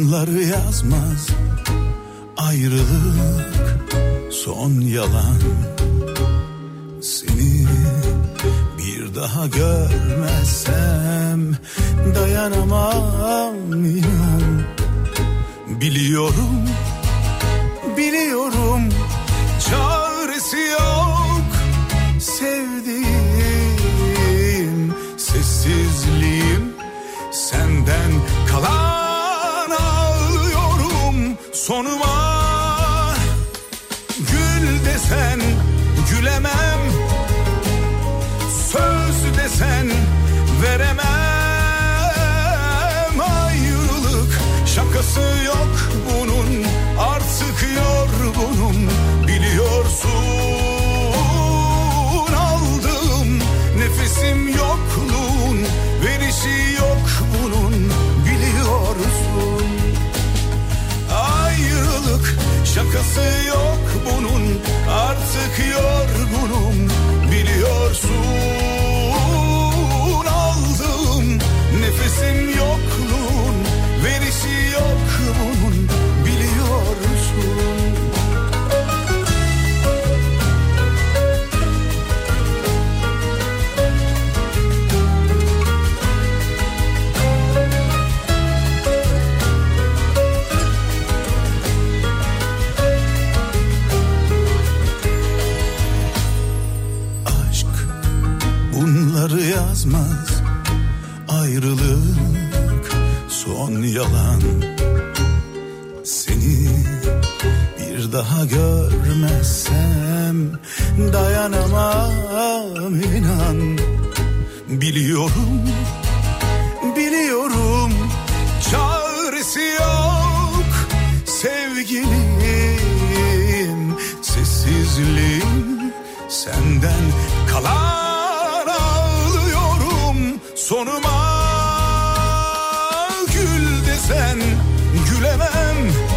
bunları yazmaz. Ayrılık son yalan. Seni bir daha görmezsem dayanamam inan. Biliyorum, biliyorum çaresi yok sevdiğim. Sessizliğim senden kalan ağlıyorum sonuma. Gül desen gülemem, söz desen veremem. Ayrılık şakası yok bunun, artık yorgunum biliyorsun. Aldığım nefesim yokluğun, verişi yok bunun biliyorsun. Ayrılık şakası yok bunun, artık yorgunum biliyorsun. Aldığım nefesim yokluğun, verişi yok bunun biliyorsun. Bunları yazmaz. Ayrılık son yalan. Seni bir daha görmezsem dayanamam inan. Biliyorum, biliyorum çaresi yok sevgilim. Sessizliğim senden kalan sonuma. Gül desen gülemem,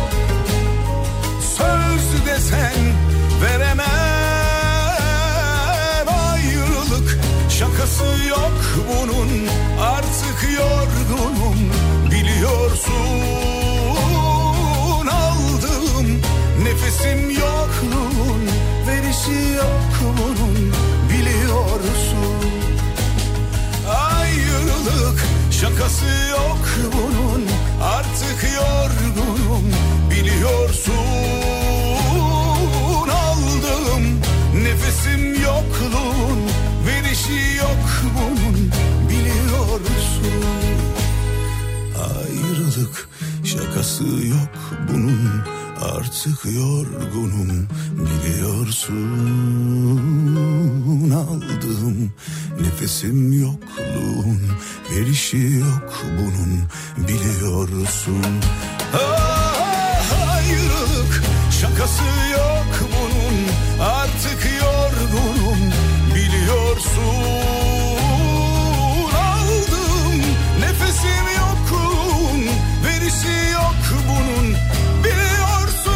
söz desen veremem. Ayrılık şakası yok bunun, artık yorgunum biliyorsun. Aldığım nefesim yokluğun, verişi yok bunun biliyorsun. Ayrılık şakası yok bunun, artık yorgunum biliyorsun. Aldığım nefesim yokluğun, verişi yok bunun biliyorsun. Ayrılık şakası yok bunun, artık yorgunum biliyorsun. Aldığım nefesim yokluğun, verişi yok bunun biliyorsun. Ayrılık şakası yok bunun, artık yorgunum biliyorsun. Aldığım nefesim yokluğun, verişi yok bunun biliyorsun.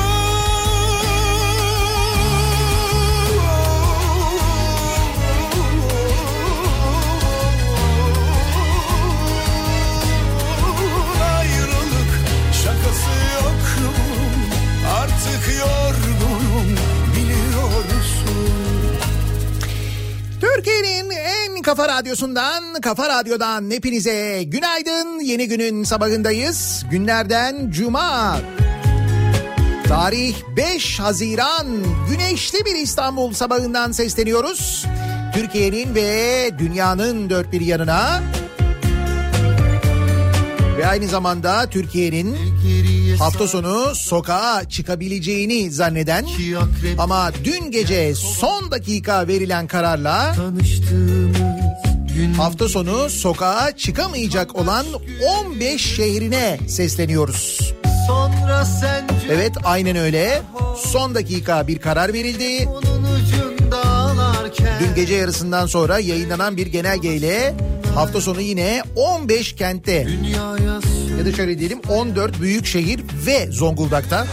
Ayrılık şakası yok bunun, artık yorgunum biliyorsun. Türkiye'nin en kafa radyosundan, Kafa Radyo'dan hepinize günaydın. Yeni günün sabahındayız. Günlerden Cuma. Tarih 5 Haziran. Güneşli bir İstanbul sabahından sesleniyoruz. Türkiye'nin ve dünyanın dört bir yanına. Ve aynı zamanda Türkiye'nin hafta sonu sokağa çıkabileceğini zanneden ama dün gece son dakika verilen kararla hafta sonu sokağa çıkamayacak olan 15 şehrine sesleniyoruz. Evet, aynen öyle. Son dakika bir karar verildi. Dün gece yarısından sonra yayınlanan bir genelgeyle hafta sonu yine 15 kentte ya da şöyle diyelim 14 büyük şehir ve Zonguldak'ta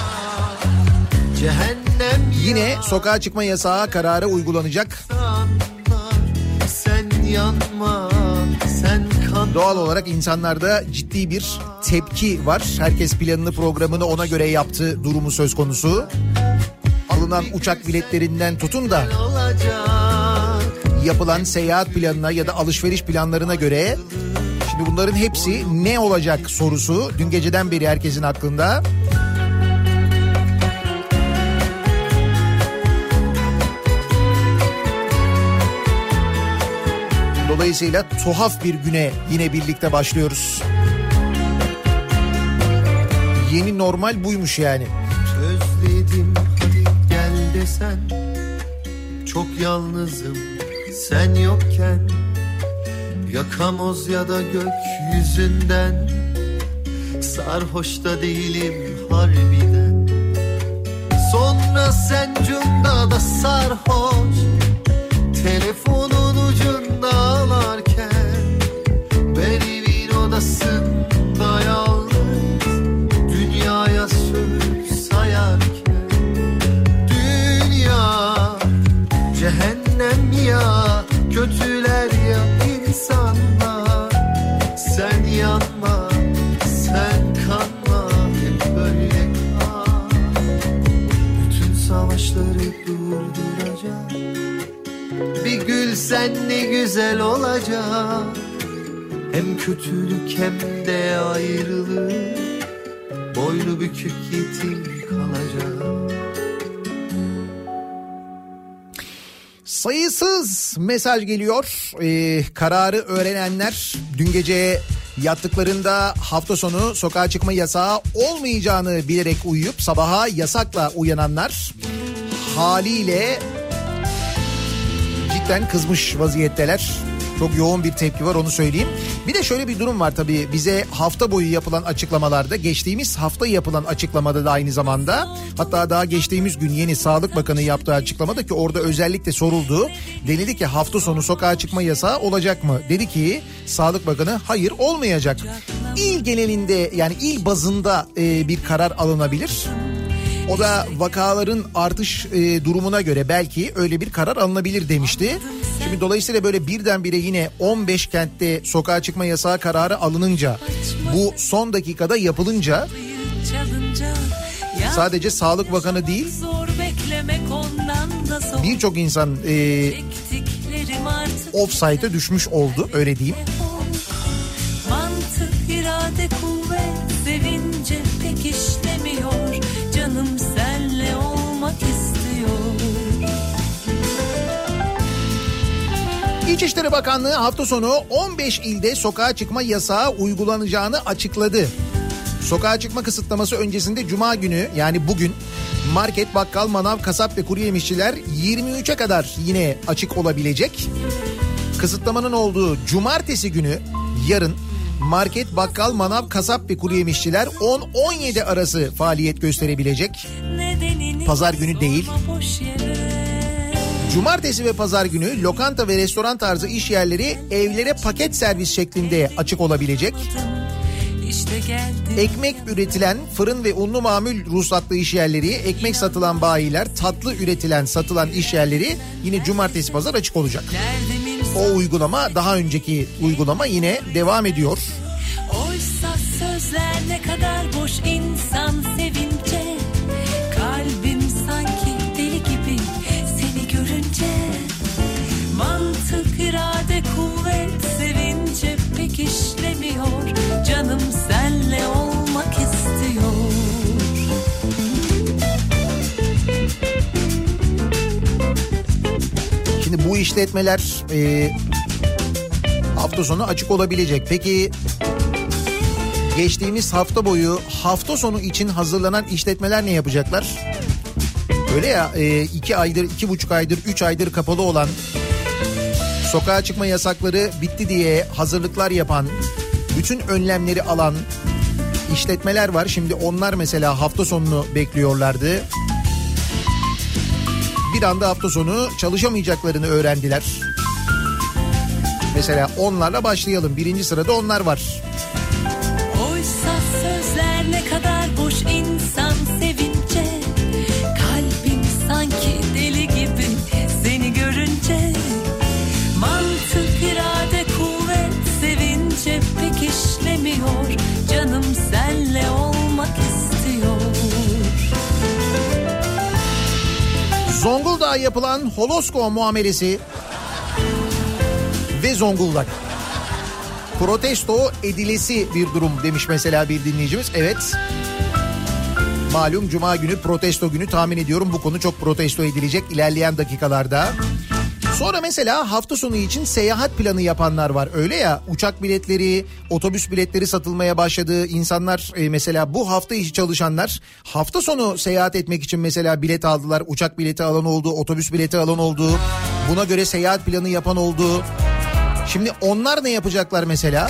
yine sokağa çıkma yasağı kararı uygulanacak. Sen yanma, sen kan Doğal olarak insanlarda ciddi bir tepki var. Herkes planını programını ona göre yaptığı durumu söz konusu. Alınan uçak biletlerinden tutun da yapılan seyahat planına ya da alışveriş planlarına göre şimdi bunların hepsi ne olacak sorusu dün geceden beri herkesin aklında. Dolayısıyla tuhaf bir güne yine birlikte başlıyoruz. Yeni normal buymuş yani. Özledim hadi gel desen, çok yalnızım sen yokken. Yakamoz ya da gökyüzünden, sarhoş da değilim harbiden. Sonra sen cunda da sarhoş, telefonun ucunda ağlarken, ben evin odasında yalnız, dünyaya söz sayarken. Dünya cehennem ya, kötüler ya insanlar. Sen yanma, sen kanma, hep böyle kal. Bütün savaşları durduracak bir gül, sen ne güzel olacak. Hem kötülük hem de ayrılık, boynu bükük yetim kalacak. Sayısız mesaj geliyor. Kararı öğrenenler, dün gece yattıklarında hafta sonu sokağa çıkma yasağı olmayacağını bilerek uyuyup sabaha yasakla uyananlar haliyle cidden kızmış vaziyetteler. Çok yoğun bir tepki var, onu söyleyeyim. Bir de şöyle bir durum var tabii, bize hafta boyu yapılan açıklamalarda, geçtiğimiz hafta yapılan açıklamada da aynı zamanda, hatta daha geçtiğimiz gün yeni Sağlık Bakanı yaptığı açıklamada ki orada özellikle soruldu. Denildi ki hafta sonu sokağa çıkma yasağı olacak mı? Dedi ki Sağlık Bakanı hayır olmayacak. İl genelinde, yani il bazında bir karar alınabilir. O da vakaların artış durumuna göre belki öyle bir karar alınabilir demişti. Şimdi dolayısıyla böyle birdenbire yine 15 kentte sokağa çıkma yasağı kararı alınınca, bu son dakikada yapılınca sadece Sağlık Bakanı değil, birçok insan offside'e düşmüş oldu, öyle diyeyim. Mantık, irade, kuvvet, sevince pek işlemiyor. Canım senle olmak istiyor. İçişleri Bakanlığı hafta sonu 15 ilde sokağa çıkma yasağı uygulanacağını açıkladı. Sokağa çıkma kısıtlaması öncesinde Cuma günü, yani bugün, market, bakkal, manav, kasap ve kuru yemişçiler 23'e kadar yine açık olabilecek. Kısıtlamanın olduğu Cumartesi günü, yarın, market, bakkal, manav, kasap ve kuru yemişçiler 10-17 arası faaliyet gösterebilecek. Pazar günü değil. Cumartesi ve pazar günü lokanta ve restoran tarzı iş yerleri evlere paket servis şeklinde açık olabilecek. Ekmek üretilen fırın ve unlu mamul ruhsatlı iş yerleri, ekmek satılan bayiler, tatlı üretilen satılan iş yerleri yine cumartesi pazar açık olacak. O uygulama, daha önceki uygulama yine devam ediyor. Oysa sözler ne kadar boş, insan sevince kalbim sanki deli gibi seni görünce. Mantık, irade, kuvvet, sevince pek işlemiyor. Canım senle olmak istiyor. Şimdi bu işletmeler hafta sonu açık olabilecek. Peki geçtiğimiz hafta boyu hafta sonu için hazırlanan işletmeler ne yapacaklar? Öyle ya, 2 aydır, 2,5 aydır, 3 aydır kapalı olan, sokağa çıkma yasakları bitti diye hazırlıklar yapan, bütün önlemleri alan işletmeler var. Şimdi onlar mesela hafta sonunu bekliyorlardı. Bir anda hafta sonu çalışamayacaklarını öğrendiler. Mesela onlarla başlayalım. Birinci sırada onlar var. Oysa sözler ne kadar boş, insan sevince kalbim sanki deli gibi seni görünce. Mantık, irade, kuvvet, sevince Tekirdağ yapılan holosko muamelesi ve Zonguldak. Protesto edilesi bir durum demiş mesela bir dinleyicimiz. Evet. Malum Cuma günü protesto günü, tahmin ediyorum bu konu çok protesto edilecek ilerleyen dakikalarda. Sonra mesela hafta sonu için seyahat planı yapanlar var, öyle ya, uçak biletleri, otobüs biletleri satılmaya başladı. İnsanlar mesela bu hafta içi çalışanlar hafta sonu seyahat etmek için mesela bilet aldılar. Uçak bileti alan oldu, otobüs bileti alan oldu. Buna göre seyahat planı yapan oldu. Şimdi onlar ne yapacaklar mesela?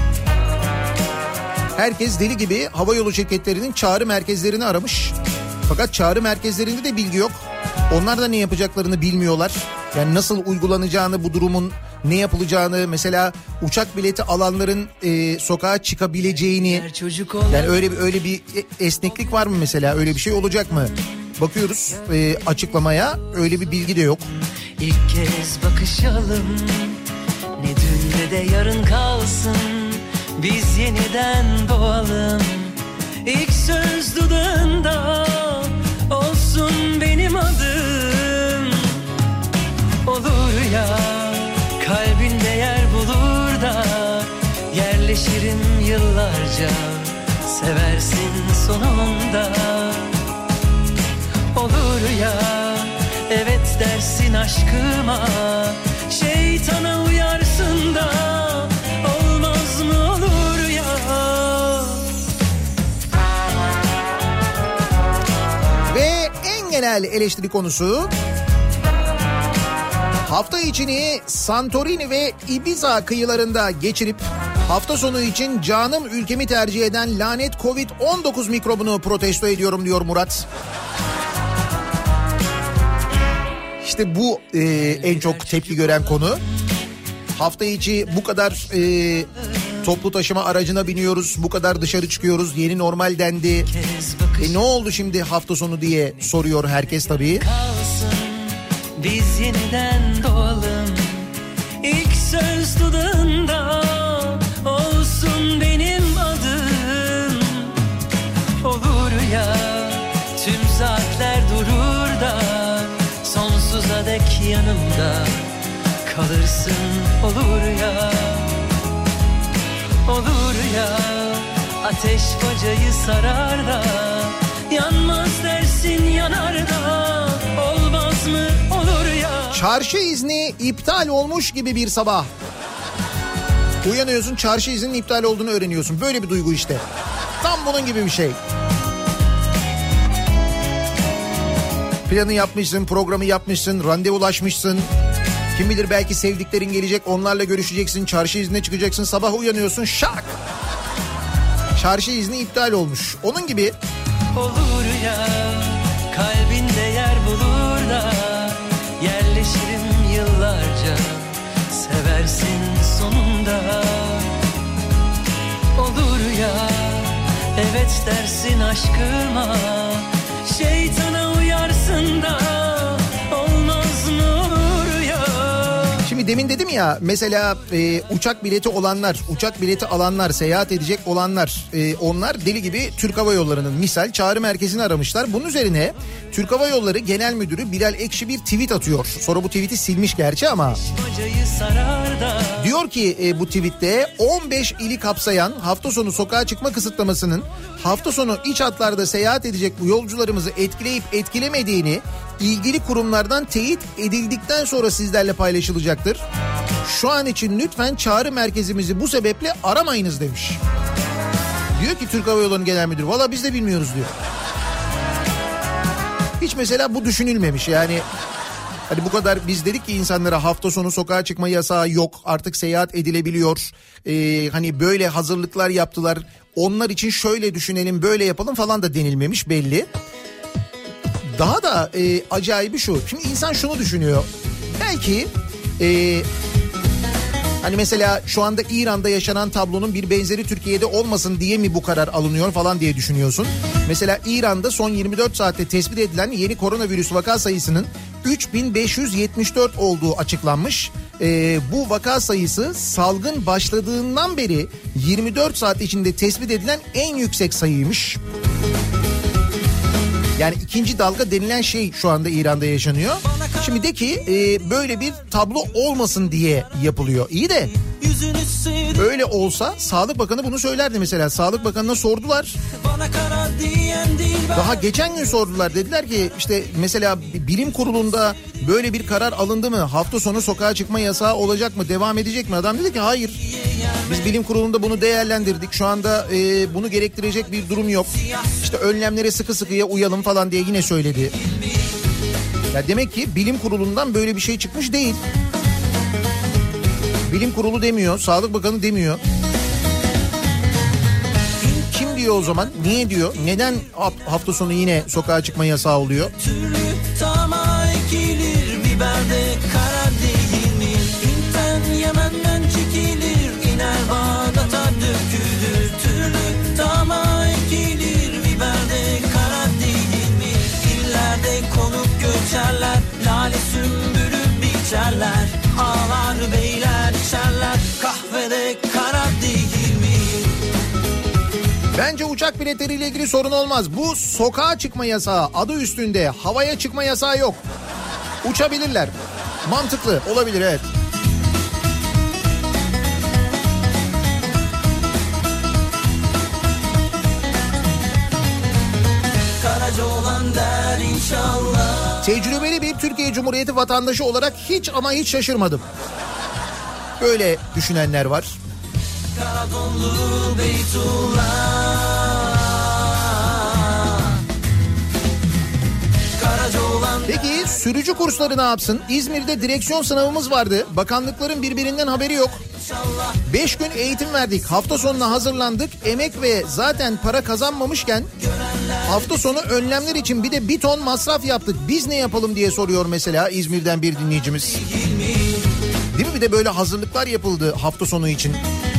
Herkes deli gibi havayolu şirketlerinin çağrı merkezlerini aramış. Fakat çağrı merkezlerinde de bilgi yok. Onlar da ne yapacaklarını bilmiyorlar. Yani nasıl uygulanacağını, bu durumun ne yapılacağını, mesela uçak bileti alanların sokağa çıkabileceğini, yani öyle bir esneklik var mı mesela, öyle bir şey olacak mı? Bakıyoruz açıklamaya, öyle bir bilgi de yok. İlk kez bakışalım, ne dün ne de yarın kalsın, biz yeniden doğalım. İlk söz dudağında olsun benim adım. Olur ya kalbinde yer bulur da yerleşirim yıllarca, seversin sonunda. Olur ya evet dersin aşkıma, şeytana uyarsın da olmaz mı olur ya. Ve en genel eleştiri konusu, hafta içini Santorini ve Ibiza kıyılarında geçirip hafta sonu için canım ülkemi tercih eden lanet Covid-19 mikrobunu protesto ediyorum diyor Murat. İşte bu en çok tepki gören konu. Hafta içi bu kadar toplu taşıma aracına biniyoruz, bu kadar dışarı çıkıyoruz, yeni normal dendi. Ne oldu şimdi hafta sonu diye soruyor herkes tabii. Kalsın, biz yeniden doğalım. İlk söz dudağında olsun benim adım. Olur ya tüm saatler durur da sonsuza dek yanımda kalırsın. Olur ya, olur ya ateş bacayı sarar da yanmaz dersin yanar da olmaz mı olur ya. Çarşı izni iptal olmuş gibi bir sabah. Uyanıyorsun, çarşı izninin iptal olduğunu öğreniyorsun. Böyle bir duygu işte. Tam bunun gibi bir şey. Planı yapmışsın, programı yapmışsın, randevulaşmışsın. Kim bilir belki sevdiklerin gelecek, onlarla görüşeceksin, çarşı iznine çıkacaksın. Sabah uyanıyorsun, şak! Çarşı izni iptal olmuş. Onun gibi. Olur ya kalbinde yer bulur da yerleşirim yıllarca, seversin sonunda. Olur ya evet dersin aşkıma, şeytana uyarsın da olmaz mı olur ya. Şimdi demin dedim ya mesela uçak bileti olanlar, uçak bileti alanlar, seyahat edecek olanlar, onlar deli gibi Türk Hava Yolları'nın misal çağrı merkezini aramışlar. Bunun üzerine Türk Hava Yolları Genel Müdürü Bilal Ekşi bir tweet atıyor. Sonra bu tweet'i silmiş gerçi ama. Diyor ki bu tweette 15 ili kapsayan hafta sonu sokağa çıkma kısıtlamasının hafta sonu iç hatlarda seyahat edecek bu yolcularımızı etkileyip etkilemediğini ilgili kurumlardan teyit edildikten sonra sizlerle paylaşılacaktır. Şu an için lütfen çağrı merkezimizi bu sebeple aramayınız demiş. Diyor ki Türk Hava Yolları Genel Müdürü, valla biz de bilmiyoruz diyor. Hiç mesela bu düşünülmemiş yani. Hani bu kadar biz dedik ki insanlara hafta sonu sokağa çıkma yasağı yok, artık seyahat edilebiliyor. Hani böyle hazırlıklar yaptılar. Onlar için şöyle düşünelim, böyle yapalım falan da denilmemiş belli. Daha da acayibi şu. Şimdi insan şunu düşünüyor. Belki hani mesela şu anda İran'da yaşanan tablonun bir benzeri Türkiye'de olmasın diye mi bu karar alınıyor falan diye düşünüyorsun. Mesela İran'da son 24 saatte tespit edilen yeni koronavirüs vaka sayısının 3574 olduğu açıklanmış. Bu vaka sayısı salgın başladığından beri 24 saat içinde tespit edilen en yüksek sayıymış. Yani ikinci dalga denilen şey şu anda İran'da yaşanıyor. Şimdi de ki böyle bir tablo olmasın diye yapılıyor. İyi de öyle olsa Sağlık Bakanı bunu söylerdi mesela. Sağlık Bakanı'na sordular. Daha geçen gün sordular. Dediler ki işte mesela bilim kurulunda böyle bir karar alındı mı? Hafta sonu sokağa çıkma yasağı olacak mı? Devam edecek mi? Adam dedi ki hayır. Biz bilim kurulunda bunu değerlendirdik. Şu anda bunu gerektirecek bir durum yok. İşte önlemlere sıkı sıkıya uyalım falan diye yine söyledi. Ya demek ki bilim kurulundan böyle bir şey çıkmış değil. Bilim kurulu demiyor, Sağlık Bakanı demiyor. Kim diyor o zaman? Niye diyor? Neden hafta sonu yine sokağa çıkma yasağı oluyor? Türlü tama ekilir, biberde karar değil mi? İnten Yemen'den çekilir, iner Bağdat'a dökülür. Türlü tama ekilir, biberde karar değil mi? İllerde konup göçerler, lale sümbülü biçerler. Ağlar beyler içerler, kahvede karar değil mi? Bence uçak biletleriyle ilgili sorun olmaz. Bu sokağa çıkma yasağı adı üstünde, havaya çıkma yasağı yok. Uçabilirler. Mantıklı olabilir, evet. Karaca olan der inşallah. Tecrübeli bir Türkiye Cumhuriyeti vatandaşı olarak hiç ama hiç şaşırmadım. Böyle düşünenler var. Karadonlu Beytullah. Peki sürücü kursları ne yapsın? İzmir'de direksiyon sınavımız vardı. Bakanlıkların birbirinden haberi yok. 5 gün eğitim verdik. Hafta sonuna hazırlandık. Emek ve zaten para kazanmamışken hafta sonu önlemler için bir de bir ton masraf yaptık. Biz ne yapalım diye soruyor mesela İzmir'den bir dinleyicimiz. Değil mi? Bir de böyle hazırlıklar yapıldı hafta sonu için.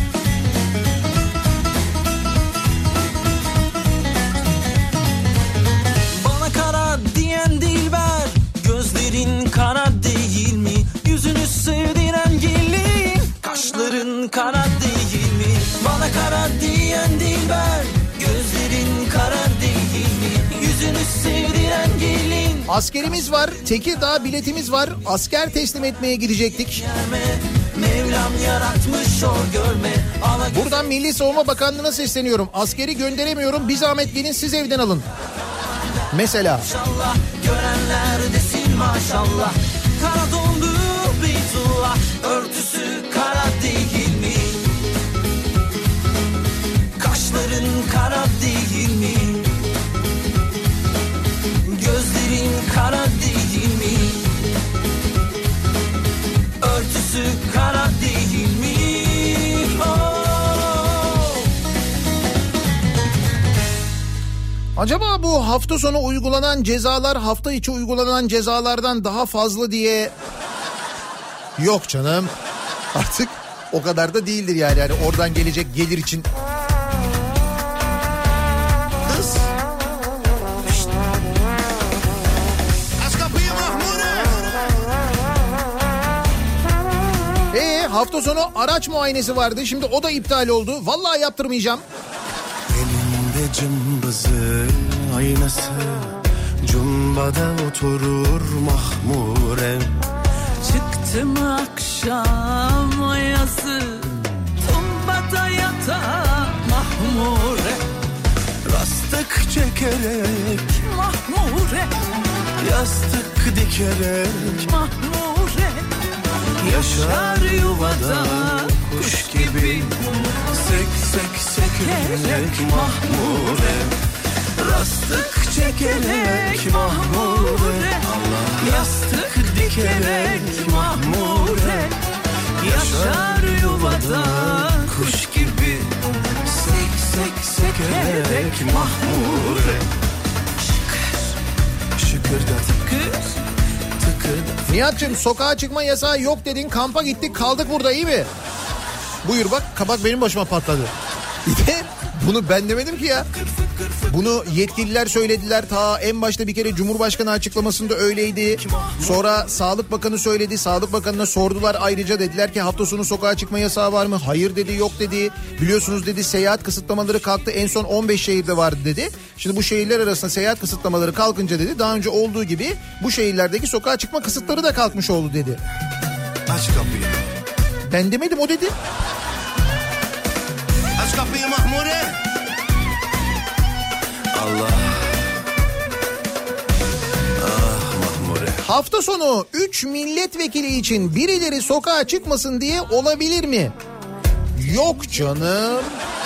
Bana kara diyen dilber, gözlerin kara değil mi? Yüzünü sevdiren gelin, kaşların kara değil mi? Bana kara diyen dilber, gözlerin kara değil mi? Yüzünü sevdiren gelin. Askerimiz var, Tekirdağ biletimiz var. Asker teslim etmeye gidecektik. Mevlam yaratmış o görme. Buradan Milli Savunma Bakanlığı'na sesleniyorum. Askeri gönderemiyorum. Bir zahmet gelin siz evden alın. Mesela. Maşallah görenler desin maşallah. Kara dondu Beytullah, örtüsü kara değil mi? Kaşların kara değil mi? Gözlerin kara değil mi? Örtüsü kara değil mi? Oh. Acaba bu hafta sonu uygulanan cezalar hafta içi uygulanan cezalardan daha fazla diye... Yok canım. Artık o kadar da değildir yani. Yani oradan gelecek gelir için... Hafta sonu araç muayenesi vardı. Şimdi o da iptal oldu. Vallahi yaptırmayacağım. Elinde cımbızı aynası, cumbada oturur mahmure. Çıktı mı akşam ayazı, tumbada yatağa mahmure. Rastık çekerek Mahmure, yastık dikerek mahmure. yaşar yuvada kuş gibi. Sek sek sekerek mahmure, rastık çekerek mahmure. Yastık dikerek mahmure, yaşar yuvada kuş gibi. Sek sek sekerek mahmure. Şıkır şıkırda tıkır tıkırda. Nihat'cığım sokağa çıkma yasağı yok dedin, kampa gittik kaldık burada, iyi mi? Buyur bak, kabak benim başıma patladı. Bunu ben demedim ki ya. Bunu yetkililer söylediler. Ta en başta bir kere Cumhurbaşkanı açıklamasında öyleydi. Sonra Sağlık Bakanı söyledi. Sağlık Bakanı'na sordular ayrıca, dediler ki hafta sonu sokağa çıkma yasağı var mı? Hayır dedi, yok dedi. Biliyorsunuz dedi, seyahat kısıtlamaları kalktı. En son 15 şehirde vardı dedi. Şimdi bu şehirler arasında seyahat kısıtlamaları kalkınca dedi, daha önce olduğu gibi bu şehirlerdeki sokağa çıkma kısıtları da kalkmış oldu dedi. Aç kapıyı. Ben demedim, o dedi. Aç kapıyı Mahmure. Allah. Ah Mahmure. Hafta sonu 3 milletvekili için birileri sokağa çıkmasın diye olabilir mi? Yok canım.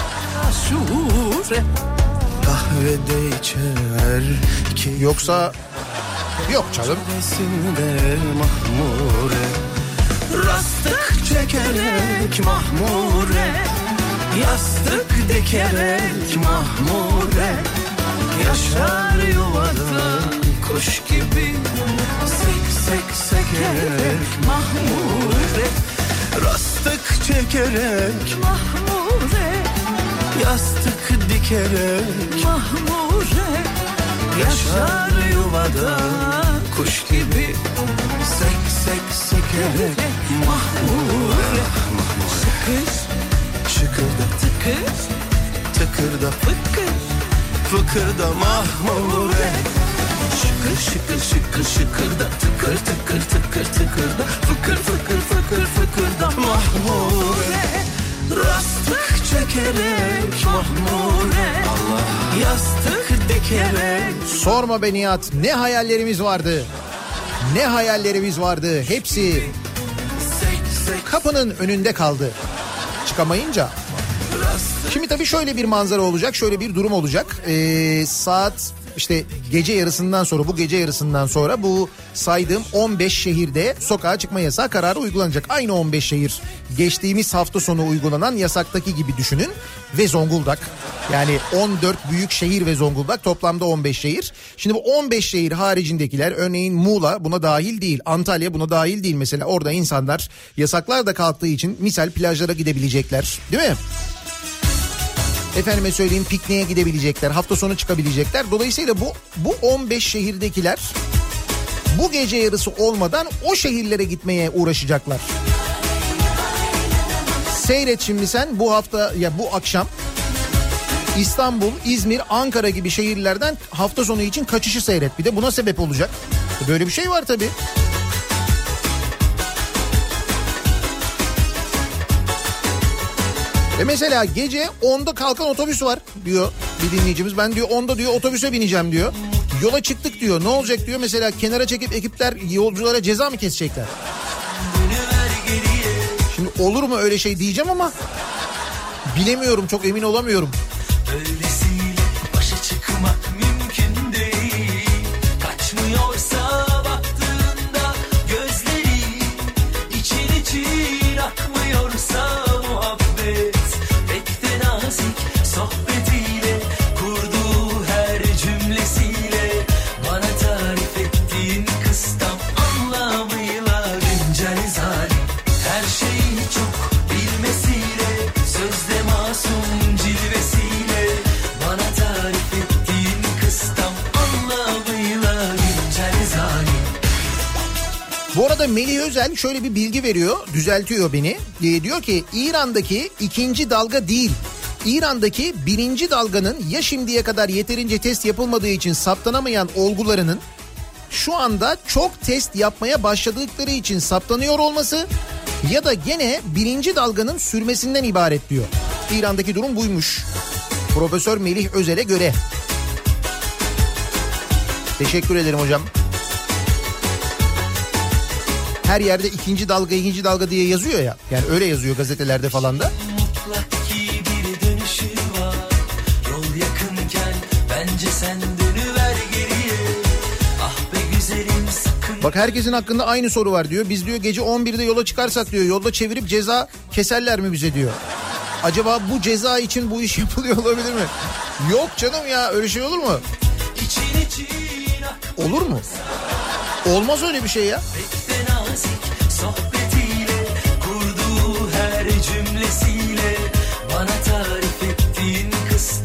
Şure. Kahvede içer ki Yoksa yok canım. Resimde Mahmure. Rastık çekerek Mahmure. Yastık dikerek Mahmure. Yaşar yuvada kuş gibi. Sek sek sekerek Mahmure. Rastık çekerek Mahmure. yastık dikerek Mahmure. yaşar yuvada kuş gibi. Sek sek sekerek Mahmure. Tıkır Şıkırda tıkır tıkırda fıkır. fıkırda Mahmure. Şıkır şıkır şıkır şıkırda tıkır tıkır tıkır tıkırda fıkır fıkır fıkır fıkırda Mahmure. Rastık çekerek Mahmure. Allah. Yastık dikerek. Sorma be Nihat, ne hayallerimiz vardı. Ne hayallerimiz vardı. Hepsi Sek sek kapının önünde kaldı. Çıkamayınca. Şimdi tabii şöyle bir manzara olacak, şöyle bir durum olacak. Saat işte gece yarısından sonra, bu gece yarısından sonra bu saydığım 15 şehirde sokağa çıkma yasağı kararı uygulanacak. Aynı 15 şehir geçtiğimiz hafta sonu uygulanan yasaktaki gibi düşünün ve Zonguldak. Yani 14 büyük şehir ve Zonguldak, toplamda 15 şehir. Şimdi bu 15 şehir haricindekiler, örneğin Muğla buna dahil değil, Antalya buna dahil değil mesela. Orada insanlar yasaklar da kalktığı için misal plajlara gidebilecekler, değil mi? Efendime söyleyeyim, pikniğe gidebilecekler, hafta sonu çıkabilecekler. Dolayısıyla bu 15 şehirdekiler bu gece yarısı olmadan o şehirlere gitmeye uğraşacaklar. Seyret şimdi sen bu hafta, ya bu akşam İstanbul, İzmir, Ankara gibi şehirlerden hafta sonu için kaçışı seyret. Bir de buna sebep olacak. Böyle bir şey var tabii. Mesela gece 10'da kalkan otobüs var diyor bir dinleyicimiz. Ben diyor 10'da diyor otobüse bineceğim diyor. Yola çıktık diyor. Ne olacak diyor. Mesela kenara çekip ekipler yolculara ceza mı kesecekler? Şimdi olur mu öyle şey diyeceğim ama bilemiyorum, çok emin olamıyorum. Öylesiyle başa çıkmak mümkün değil. Kaçmıyorsa baktığında gözleri, için için akmıyorsa muhabbet, pek de nazik sohbetiyle, kurduğu her cümlesiyle, bana tarif ettiğin kıstam anlamıyla güncel zalim. Her şeyi çok bilmesiyle, sözde masum cilvesiyle, bana tarif ettiğin kıstam anlamıyla güncel zalim. Bu arada Melih Özel şöyle bir bilgi veriyor, düzeltiyor beni. Diyor ki İran'daki ikinci dalga değil, İran'daki birinci dalganın ya şimdiye kadar yeterince test yapılmadığı için saptanamayan olgularının şu anda çok test yapmaya başladıkları için saptanıyor olması ya da gene birinci dalganın sürmesinden ibaret diyor. İran'daki durum buymuş. Profesör Melih Özel'e göre. Teşekkür ederim hocam. Her yerde ikinci dalga diye yazıyor ya. Yani öyle yazıyor gazetelerde falan da. Mutlak ki bir dönüşü var. Yol yakınken bence sen dönüver geriye. Ah be güzelim sakın. Bak herkesin hakkında aynı soru var diyor. Biz diyor gece 11'de yola çıkarsak diyor yolda çevirip ceza keserler mi bize diyor. Acaba bu ceza için bu iş yapılıyor olabilir mi? Yok canım ya, öyle şey olur mu? İçin için Olur mu? Olmaz öyle bir şey ya. pek de nazik sohbetiyle, kurduğu her cümlesiyle, bana tarif ettiğin kısım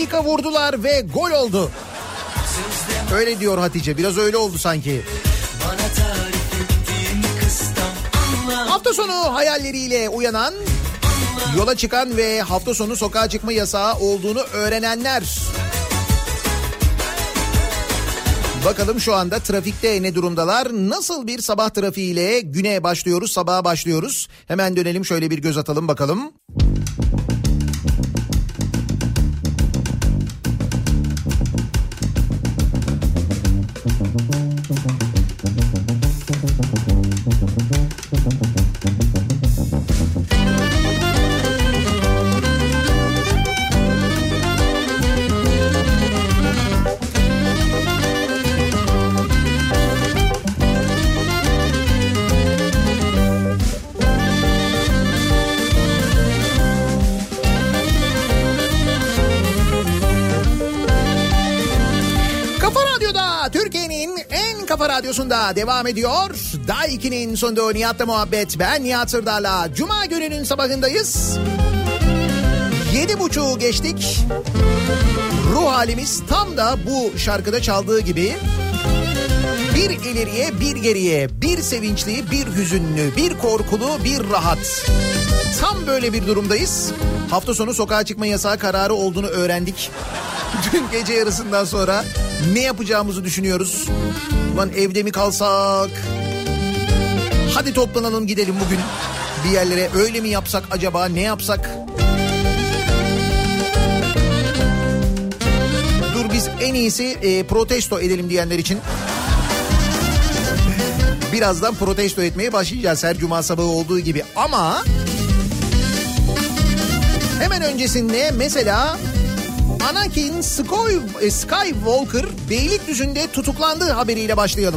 dakika vurdular ve gol oldu. Öyle diyor Hatice. Biraz öyle oldu sanki. Hafta sonu hayalleriyle uyanan, yola çıkan ve hafta sonu sokağa çıkma yasağı olduğunu öğrenenler. Bakalım şu anda trafikte ne durumdalar? Nasıl bir sabah trafiğiyle güne başlıyoruz, sabaha başlıyoruz? Hemen dönelim, şöyle bir göz atalım bakalım. Kafa Radyosu'nda devam ediyor. Day 2'nin sonunda Nihat'la muhabbet. Ben Nihat Sırdar'la. Cuma gününün sabahındayız. 7.30 geçtik. Ruh halimiz tam da bu şarkıda çaldığı gibi. Bir ileriye bir geriye, bir sevinçli, bir hüzünlü, bir korkulu, bir rahat. Tam böyle bir durumdayız. Hafta sonu sokağa çıkma yasağı kararı olduğunu öğrendik. Dün gece yarısından sonra ne yapacağımızı düşünüyoruz. Ulan evde mi kalsak? Hadi toplanalım gidelim bugün bir yerlere. Öyle mi yapsak acaba, ne yapsak? Dur biz en iyisi protesto edelim diyenler için. Birazdan protesto etmeye başlayacağız her cuma sabahı olduğu gibi. Ama hemen öncesinde mesela Anakin Skywalker Beylikdüzü'nde tutuklandığı haberiyle başlayalım.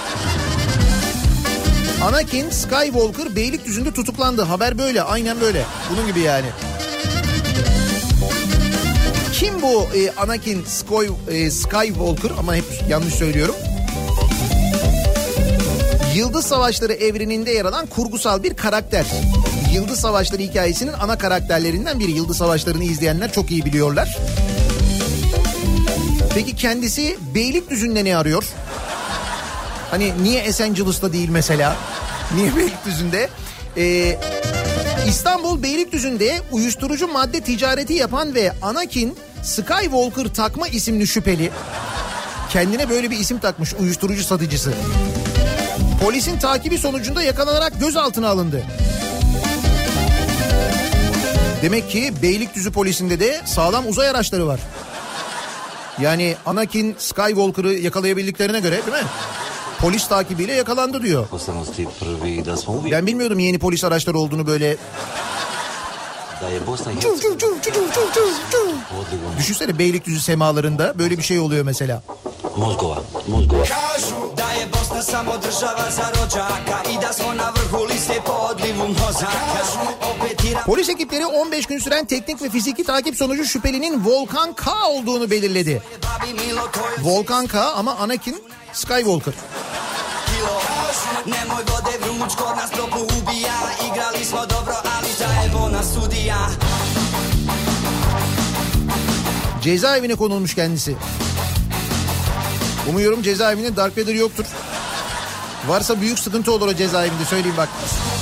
Anakin Skywalker Beylikdüzü'nde tutuklandı. Haber böyle, aynen böyle. Bunun gibi yani. Kim bu Anakin Skywalker? Ama hep yanlış söylüyorum. Yıldız Savaşları evreninde yer alan kurgusal bir karakter. Yıldız Savaşları hikayesinin ana karakterlerinden biri. Yıldız Savaşları'nı izleyenler çok iyi biliyorlar. Peki kendisi Beylikdüzü'nde ne arıyor? Hani niye Esencilis'ta değil mesela? Niye Beylikdüzü'nde? İstanbul Beylikdüzü'nde uyuşturucu madde ticareti yapan ve Anakin Skywalker takma isimli şüpheli. Kendine böyle bir isim takmış, uyuşturucu satıcısı. Polisin takibi sonucunda yakalanarak gözaltına alındı. Demek ki Beylikdüzü polisinde de sağlam uzay araçları var. Yani Anakin Skywalker'ı yakalayabildiklerine göre değil mi? Polis takibiyle yakalandı diyor. Ben bilmiyordum yeni polis araçları olduğunu böyle. Düşünsene Beylikdüzü semalarında böyle bir şey oluyor mesela. Mozgova. Da je Bosna samo država za rođaka i da smo na vrhu liste po odlivu mozaka. Polis ekipleri 15 gün süren teknik ve fiziki takip sonucu şüphelinin Volkan K olduğunu belirledi. Volkan K ama Anakin Skywalker. Nemoj vode vručko nas topu ubija, igrali smo dobro ali zajebo nas sudija. Cezaevine konulmuş kendisi. Umuyorum cezaevinde Darth Vader yoktur. Varsa büyük sıkıntı olur o cezaevinde, söyleyeyim bak.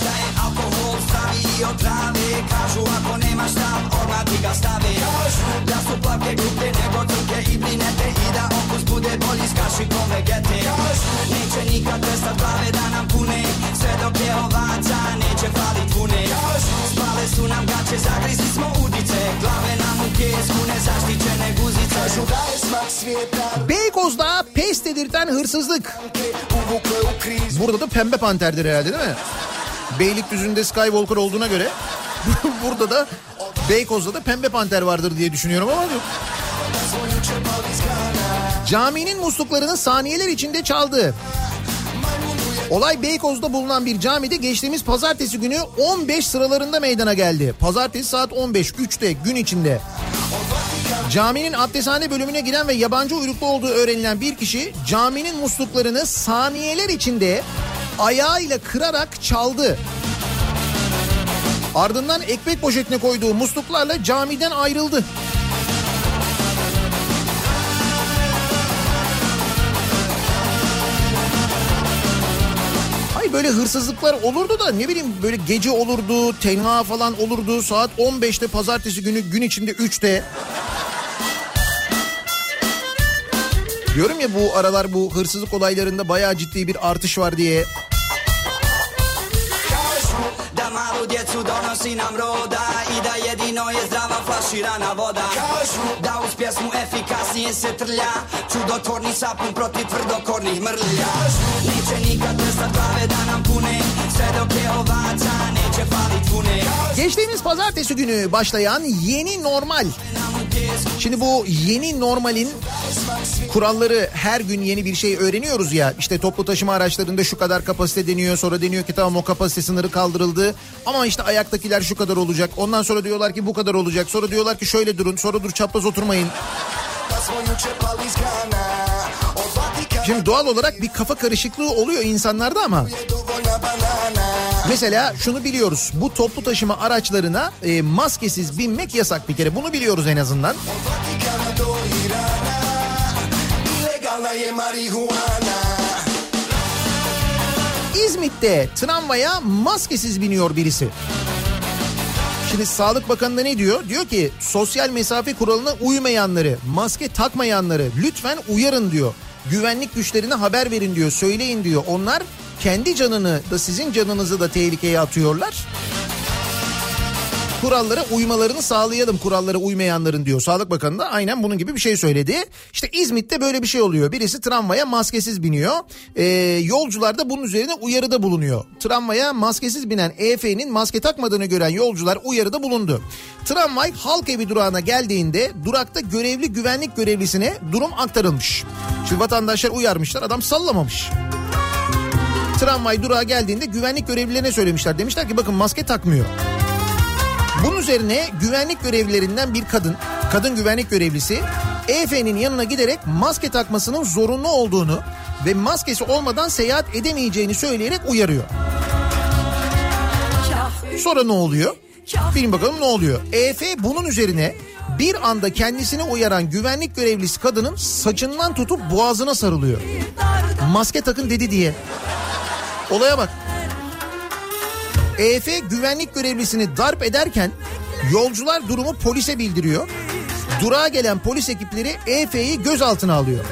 Beykoz'da pes dedirten hırsızlık. Burada da Pembe Panter'dir herhalde değil mi? Beylikdüzü'nde Skywalker olduğuna göre burada da Beykoz'da da Pembe Panter vardır diye düşünüyorum ama. Caminin musluklarını saniyeler içinde çaldı. Olay Beykoz'da bulunan bir camide geçtiğimiz pazartesi günü 15 sıralarında meydana geldi. Pazartesi saat 15.03'te gün içinde. Caminin abdesthane bölümüne giden ve yabancı uyruklu olduğu öğrenilen bir kişi caminin musluklarını saniyeler içinde ayağıyla kırarak çaldı. Ardından ekmek poşetine koyduğu musluklarla camiden ayrıldı. Hayır, böyle hırsızlıklar olurdu da ne bileyim, böyle gece olurdu, tenha falan olurdu, saat 15'te pazartesi günü, gün içinde 3'te. Diyorum ya, bu aralar bu hırsızlık olaylarında bayağı ciddi bir artış var diye. Djecu donosi nam roda I da jedino je zdrava flaširana voda. Da uz pjesmu efikasnije se trlja čudotvorni sapun protiv tvrdokornih mrlja. Neće nikad prestat glave da nam pune sve dok je ovaca neće falit vune. Geçtiğimiz pazartesi günü başlayan yeni normal. Şimdi bu yeni normalin kuralları, her gün yeni bir şey öğreniyoruz ya. İşte toplu taşıma araçlarında şu kadar kapasite deniyor. Sonra deniyor ki tamam, o kapasite sınırı kaldırıldı. Ama işte ayaktakiler şu kadar olacak. Ondan sonra diyorlar ki bu kadar olacak. Sonra diyorlar ki şöyle durun. Sonra dur, çapraz oturmayın. Şimdi doğal olarak bir kafa karışıklığı oluyor insanlarda ama... Mesela şunu biliyoruz, bu toplu taşıma araçlarına maskesiz binmek yasak bir kere, bunu biliyoruz en azından. İzmit'te tramvaya maskesiz biniyor birisi. Şimdi Sağlık Bakanı da ne diyor? Diyor ki sosyal mesafe kuralına uymayanları, maske takmayanları lütfen uyarın diyor. Güvenlik güçlerine haber verin diyor, söyleyin diyor. Onlar kendi canını da sizin canınızı da tehlikeye atıyorlar. Kurallara uymalarını sağlayalım, kurallara uymayanların diyor. Sağlık Bakanı da aynen bunun gibi bir şey söyledi. İşte İzmit'te böyle bir şey oluyor. Birisi tramvaya maskesiz biniyor. Yolcular da bunun üzerine uyarıda bulunuyor. Tramvaya maskesiz binen EF'nin maske takmadığını gören yolcular uyarıda bulundu. Tramvay Halkevi durağına geldiğinde durakta görevli güvenlik görevlisine durum aktarılmış. Şimdi vatandaşlar uyarmışlar, adam sallamamış. Tramvay durağa geldiğinde güvenlik görevlilerine söylemişler. Demişler ki bakın maske takmıyor. Bunun üzerine güvenlik görevlilerinden bir kadın güvenlik görevlisi EF'nin yanına giderek maske takmasının zorunlu olduğunu ve maskesi olmadan seyahat edemeyeceğini söyleyerek uyarıyor. Sonra ne oluyor? Bilin bakalım ne oluyor? EF bunun üzerine bir anda kendisini uyaran güvenlik görevlisi kadının saçından tutup boğazına sarılıyor. Maske takın dedi diye. Olaya bak. EF güvenlik görevlisini darp ederken yolcular durumu polise bildiriyor. Durağa gelen polis ekipleri EF'yi gözaltına alıyor.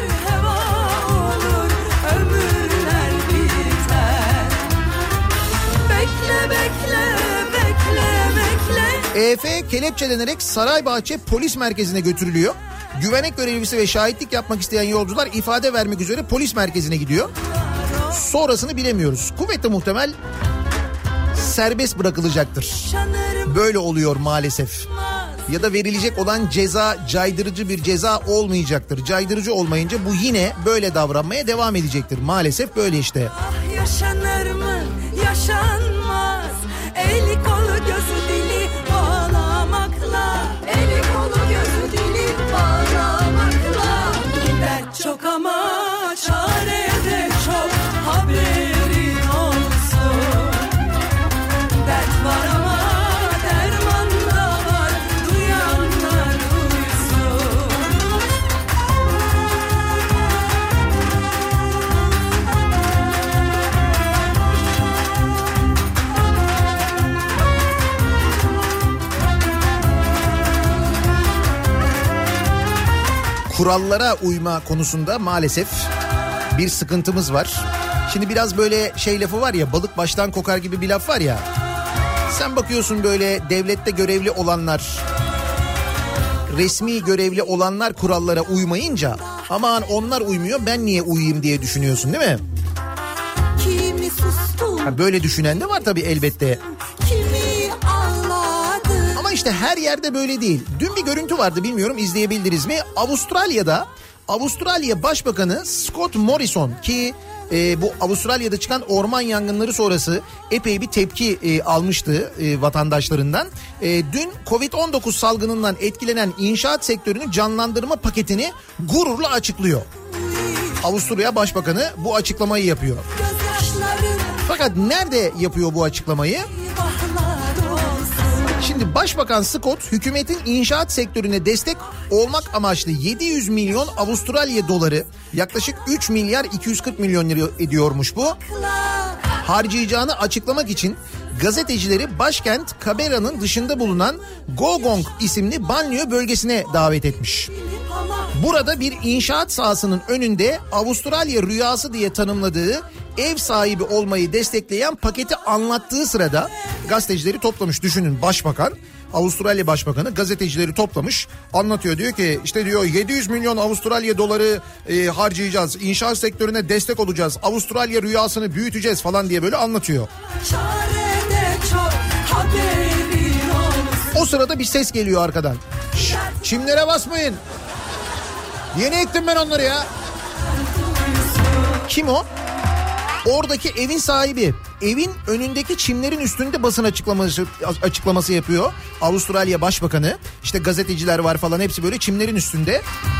EF kelepçelenerek Saraybahçe Polis Merkezi'ne götürülüyor. Güvenlik görevlisi ve şahitlik yapmak isteyen yolcular ifade vermek üzere polis merkezine gidiyor. Sonrasını bilemiyoruz. Kuvvetle muhtemel serbest bırakılacaktır. Böyle oluyor maalesef. Ya da verilecek olan ceza caydırıcı bir ceza olmayacaktır. Caydırıcı olmayınca bu yine böyle davranmaya devam edecektir. Maalesef böyle işte. Ah, yaşanır mı? Yaşanmaz. Eli kolu gözü dili bağlamakla. Eli kolu gözü dili bağlamakla. Dert çok ama çare de çok, haberin olsun. Dert var ama derman da var, duyanlar duysun. Kurallara uyma konusunda maalesef bir sıkıntımız var. Şimdi biraz böyle şey lafı var ya, balık baştan kokar gibi bir laf var ya. Sen bakıyorsun böyle devlette görevli olanlar, resmi görevli olanlar kurallara uymayınca aman onlar uymuyor, ben niye uyuyayım diye düşünüyorsun değil mi? Kimi sustum, Böyle düşünen de var tabii elbette. kimi ağladı. Ama işte her yerde böyle değil. Dün bir görüntü vardı, bilmiyorum izleyebildiniz mi? Avustralya Başbakanı Scott Morrison ki bu Avustralya'da çıkan orman yangınları sonrası epey bir tepki almıştı vatandaşlarından. Dün Covid-19 salgınından etkilenen inşaat sektörünü canlandırma paketini gururla açıklıyor. Avusturya Başbakanı bu açıklamayı yapıyor. Fakat nerede yapıyor bu açıklamayı? Şimdi Başbakan Scott hükümetin inşaat sektörüne destek olmak amaçlı 700 milyon Avustralya doları, yaklaşık 3 milyar 240 milyon lira ediyormuş bu, harcayacağını açıklamak için gazetecileri başkent Canberra'nın dışında bulunan Gogong isimli banliyö bölgesine davet etmiş. Burada bir inşaat sahasının önünde Avustralya rüyası diye tanımladığı ev sahibi olmayı destekleyen paketi anlattığı sırada gazetecileri toplamış. Düşünün, başbakan, Avustralya Başbakanı gazetecileri toplamış, anlatıyor, diyor ki işte diyor 700 milyon Avustralya doları harcayacağız, inşaat sektörüne destek olacağız, Avustralya rüyasını büyüteceğiz falan diye böyle anlatıyor. O sırada bir ses geliyor arkadan. Çimlere basmayın. Yeni ektim ben onları ya. Kim o? Oradaki evin sahibi. Evin önündeki çimlerin üstünde basın açıklaması yapıyor. Avustralya Başbakanı. İşte gazeteciler var falan, hepsi böyle çimlerin üstünde.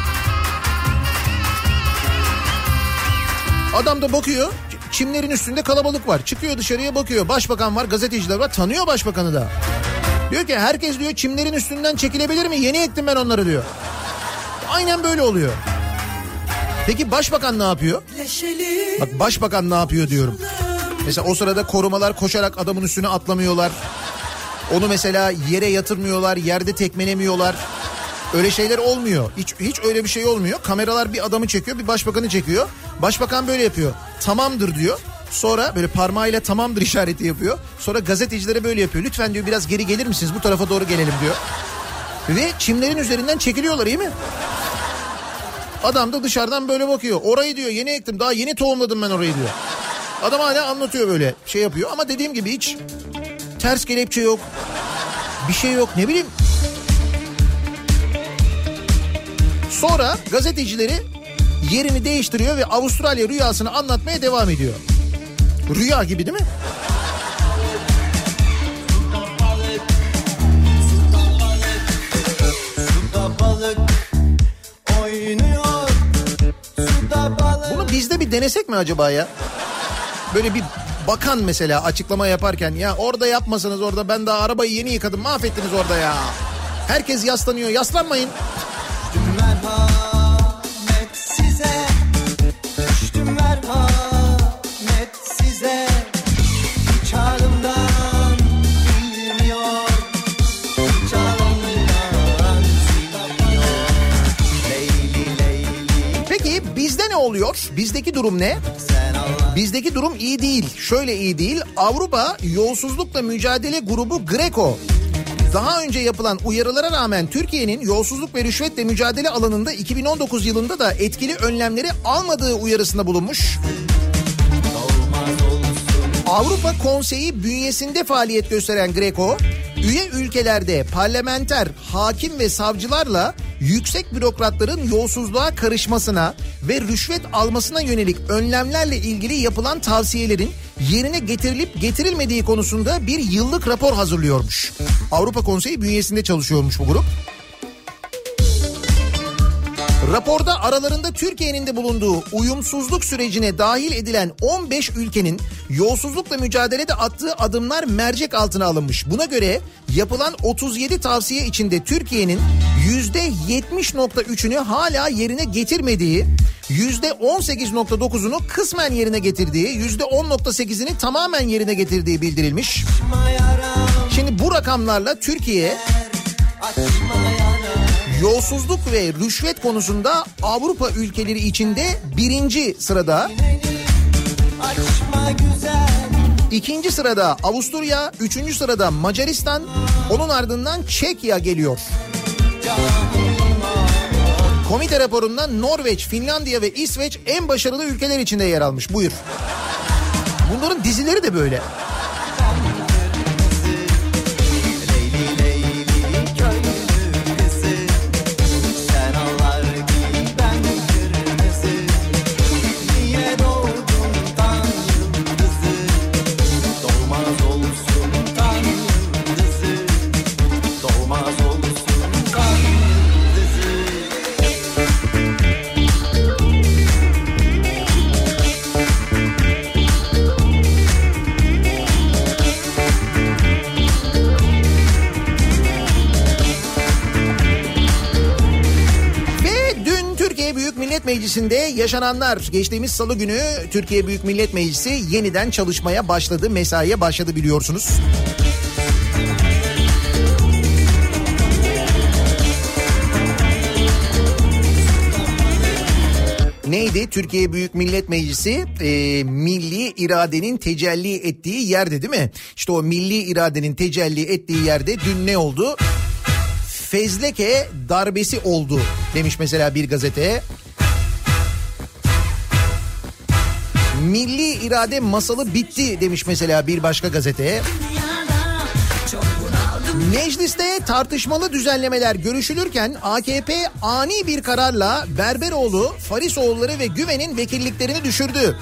Adam da bakıyor. Çimlerin üstünde kalabalık var. Çıkıyor dışarıya bakıyor. Başbakan var, gazeteciler var. Tanıyor başbakanı da. Diyor ki herkes diyor çimlerin üstünden çekilebilir mi? Yeni ektim ben onları diyor. Aynen böyle oluyor. Peki başbakan ne yapıyor? Bak başbakan ne yapıyor diyorum. Mesela o sırada korumalar koşarak adamın üstüne atlamıyorlar. Onu mesela yere yatırmıyorlar, yerde tekmelemiyorlar. Öyle şeyler olmuyor. Hiç öyle bir şey olmuyor. Kameralar bir adamı çekiyor, bir başbakanı çekiyor. Başbakan böyle yapıyor. Tamamdır diyor. Sonra böyle parmağıyla tamamdır işareti yapıyor. Sonra gazetecilere böyle yapıyor. Lütfen diyor biraz geri gelir misiniz? Bu tarafa doğru gelelim diyor. Ve çimlerin üzerinden çekiliyorlar, iyi mi? Adam da dışarıdan böyle bakıyor. Orayı diyor yeni ektim, daha yeni tohumladım ben orayı diyor. Adam hala anlatıyor, böyle şey yapıyor. Ama dediğim gibi hiç ters kelepçe yok. Bir şey yok, ne bileyim. Sonra gazetecileri yerini değiştiriyor ve Avustralya rüyasını anlatmaya devam ediyor. Rüya gibi değil mi? Bunu bizde bir denesek mi acaba ya? Böyle bir bakan mesela açıklama yaparken, ya orada yapmasanız, orada ben daha arabayı yeni yıkadım, mahvettiniz orada ya. Herkes yaslanıyor, yaslanmayın. Merhamet size, düştüm merhamet size. Hiç ağrımdan bilmiyor, hiç ağrımdan silmiyor. Leyli leyli. Peki bizde ne oluyor? Bizdeki durum ne? Bizdeki durum iyi değil. Şöyle iyi değil. Avrupa Yolsuzlukla Mücadele Grubu GRECO, daha önce yapılan uyarılara rağmen Türkiye'nin yolsuzluk ve rüşvetle mücadele alanında 2019 yılında da etkili önlemleri almadığı uyarısında bulunmuş. Avrupa Konseyi bünyesinde faaliyet gösteren GRECO, üye ülkelerde parlamenter, hakim ve savcılarla yüksek bürokratların yolsuzluğa karışmasına ve rüşvet almasına yönelik önlemlerle ilgili yapılan tavsiyelerin yerine getirilip getirilmediği konusunda bir yıllık rapor hazırlıyormuş. Avrupa Konseyi bünyesinde çalışıyormuş bu grup. Raporda aralarında Türkiye'nin de bulunduğu uyumsuzluk sürecine dahil edilen 15 ülkenin yolsuzlukla mücadelede attığı adımlar mercek altına alınmış. Buna göre yapılan 37 tavsiye içinde Türkiye'nin %70.3'ünü hala yerine getirmediği, %18.9'unu kısmen yerine getirdiği, %10.8'ini tamamen yerine getirdiği bildirilmiş. Şimdi bu rakamlarla Türkiye yolsuzluk ve rüşvet konusunda Avrupa ülkeleri içinde 1. sırada. 2. sırada Avusturya, 3. sırada Macaristan, onun ardından Çekya geliyor. Komite raporundan Norveç, Finlandiya ve İsveç en başarılı ülkeler içinde yer almış. Buyur. Bunların dizileri de böyle. Meclisi'nde yaşananlar. Geçtiğimiz salı günü Türkiye Büyük Millet Meclisi yeniden çalışmaya başladı. Mesaiye başladı biliyorsunuz. Neydi? Türkiye Büyük Millet Meclisi milli iradenin tecelli ettiği yerde değil mi? İşte o milli iradenin tecelli ettiği yerde dün ne oldu? Fezleke darbesi oldu demiş mesela bir gazete. Milli irade masalı bitti demiş mesela bir başka gazete. Mecliste tartışmalı düzenlemeler görüşülürken AKP ani bir kararla Berberoğlu, Farisoğulları ve Güven'in vekilliklerini düşürdü.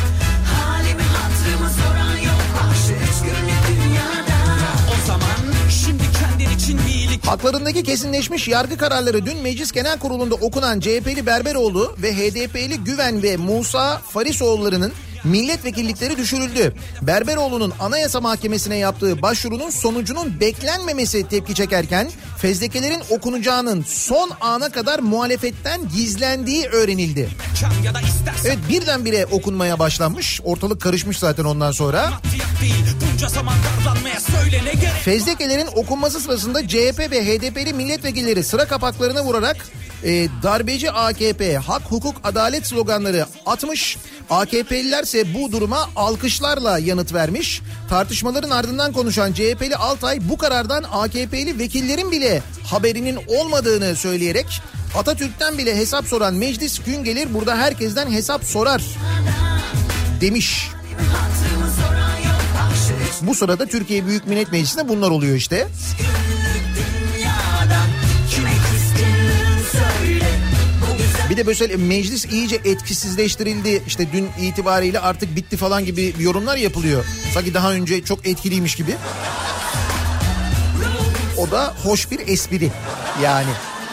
Haklarındaki kesinleşmiş yargı kararları dün Meclis Genel Kurulu'nda okunan CHP'li Berberoğlu ve HDP'li Güven ve Musa Farisoğulları'nın milletvekillikleri düşürüldü. Berberoğlu'nun Anayasa Mahkemesi'ne yaptığı başvurunun sonucunun beklenmemesi tepki çekerken fezlekelerin okunacağının son ana kadar muhalefetten gizlendiği öğrenildi. Evet, birdenbire okunmaya başlanmış. Ortalık karışmış zaten ondan sonra. Fezlekelerin okunması sırasında CHP ve HDP'li milletvekilleri sıra kapaklarına vurarak darbeci AKP, hak, hukuk, adalet sloganları atmış. AKP'lilerse bu duruma alkışlarla yanıt vermiş. Tartışmaların ardından konuşan CHP'li Altay bu karardan AKP'li vekillerin bile haberinin olmadığını söyleyerek Atatürk'ten bile hesap soran meclis gün gelir burada herkesten hesap sorar demiş. Bu sırada Türkiye Büyük Millet Meclisi'nde bunlar oluyor işte. Bir de böyle meclis iyice etkisizleştirildi. İşte dün itibariyle artık bitti falan gibi yorumlar yapılıyor. Sanki daha önce çok etkiliymiş gibi. O da hoş bir espri yani.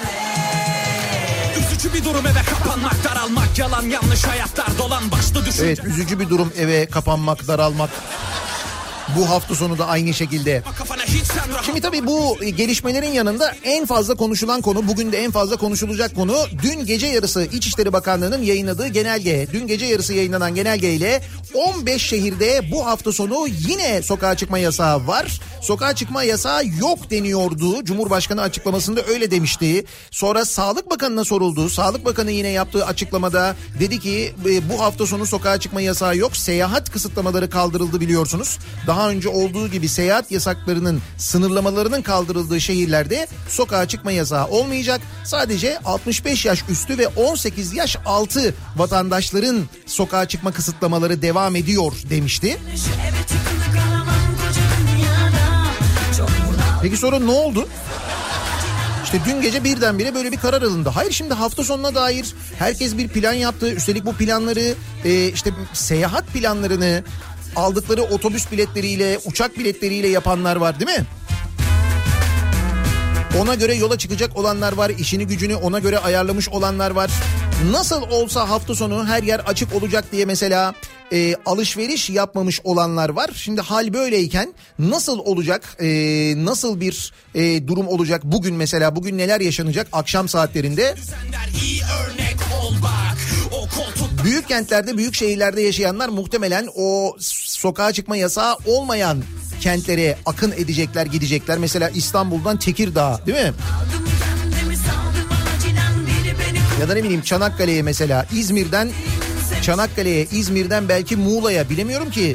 Üzücü bir durum, eve kapanmak, daralmak, yalan yanlış hayatlar dolan başlı düşünce. Evet, üzücü bir durum, eve kapanmak, daralmak. Bu hafta sonu da aynı şekilde. Şimdi tabii bu gelişmelerin yanında en fazla konuşulan konu, bugün de en fazla konuşulacak konu dün gece yarısı İçişleri Bakanlığı'nın yayınladığı genelge. Dün gece yarısı yayınlanan genelgeyle 15 şehirde bu hafta sonu yine sokağa çıkma yasağı var. Sokağa çıkma yasağı yok deniyordu. Cumhurbaşkanı açıklamasında öyle demişti. Sonra Sağlık Bakanı'na soruldu. Sağlık Bakanı yine yaptığı açıklamada dedi ki bu hafta sonu sokağa çıkma yasağı yok. Seyahat kısıtlamaları kaldırıldı biliyorsunuz. Daha önce olduğu gibi seyahat yasaklarının, sınırlamalarının kaldırıldığı şehirlerde sokağa çıkma yasağı olmayacak. Sadece 65 yaş üstü ve 18 yaş altı vatandaşların sokağa çıkma kısıtlamaları devam ediyor demişti. Peki sonra ne oldu? İşte dün gece birdenbire böyle bir karar alındı. Hayır, şimdi hafta sonuna dair herkes bir plan yaptı. Üstelik bu planları işte seyahat planlarını aldıkları otobüs biletleriyle, uçak biletleriyle yapanlar var değil mi? Ona göre yola çıkacak olanlar var, işini gücünü ona göre ayarlamış olanlar var. Nasıl olsa hafta sonu her yer açık olacak diye mesela alışveriş yapmamış olanlar var. Şimdi hal böyleyken nasıl olacak, nasıl bir durum olacak bugün mesela, bugün neler yaşanacak akşam saatlerinde? Büyük kentlerde, büyük şehirlerde yaşayanlar muhtemelen o sokağa çıkma yasağı olmayan kentlere akın edecekler, gidecekler. Mesela İstanbul'dan Tekirdağ, değil mi? Ya da ne bileyim Çanakkale'ye mesela, İzmir'den Çanakkale'ye, İzmir'den belki Muğla'ya, bilemiyorum ki.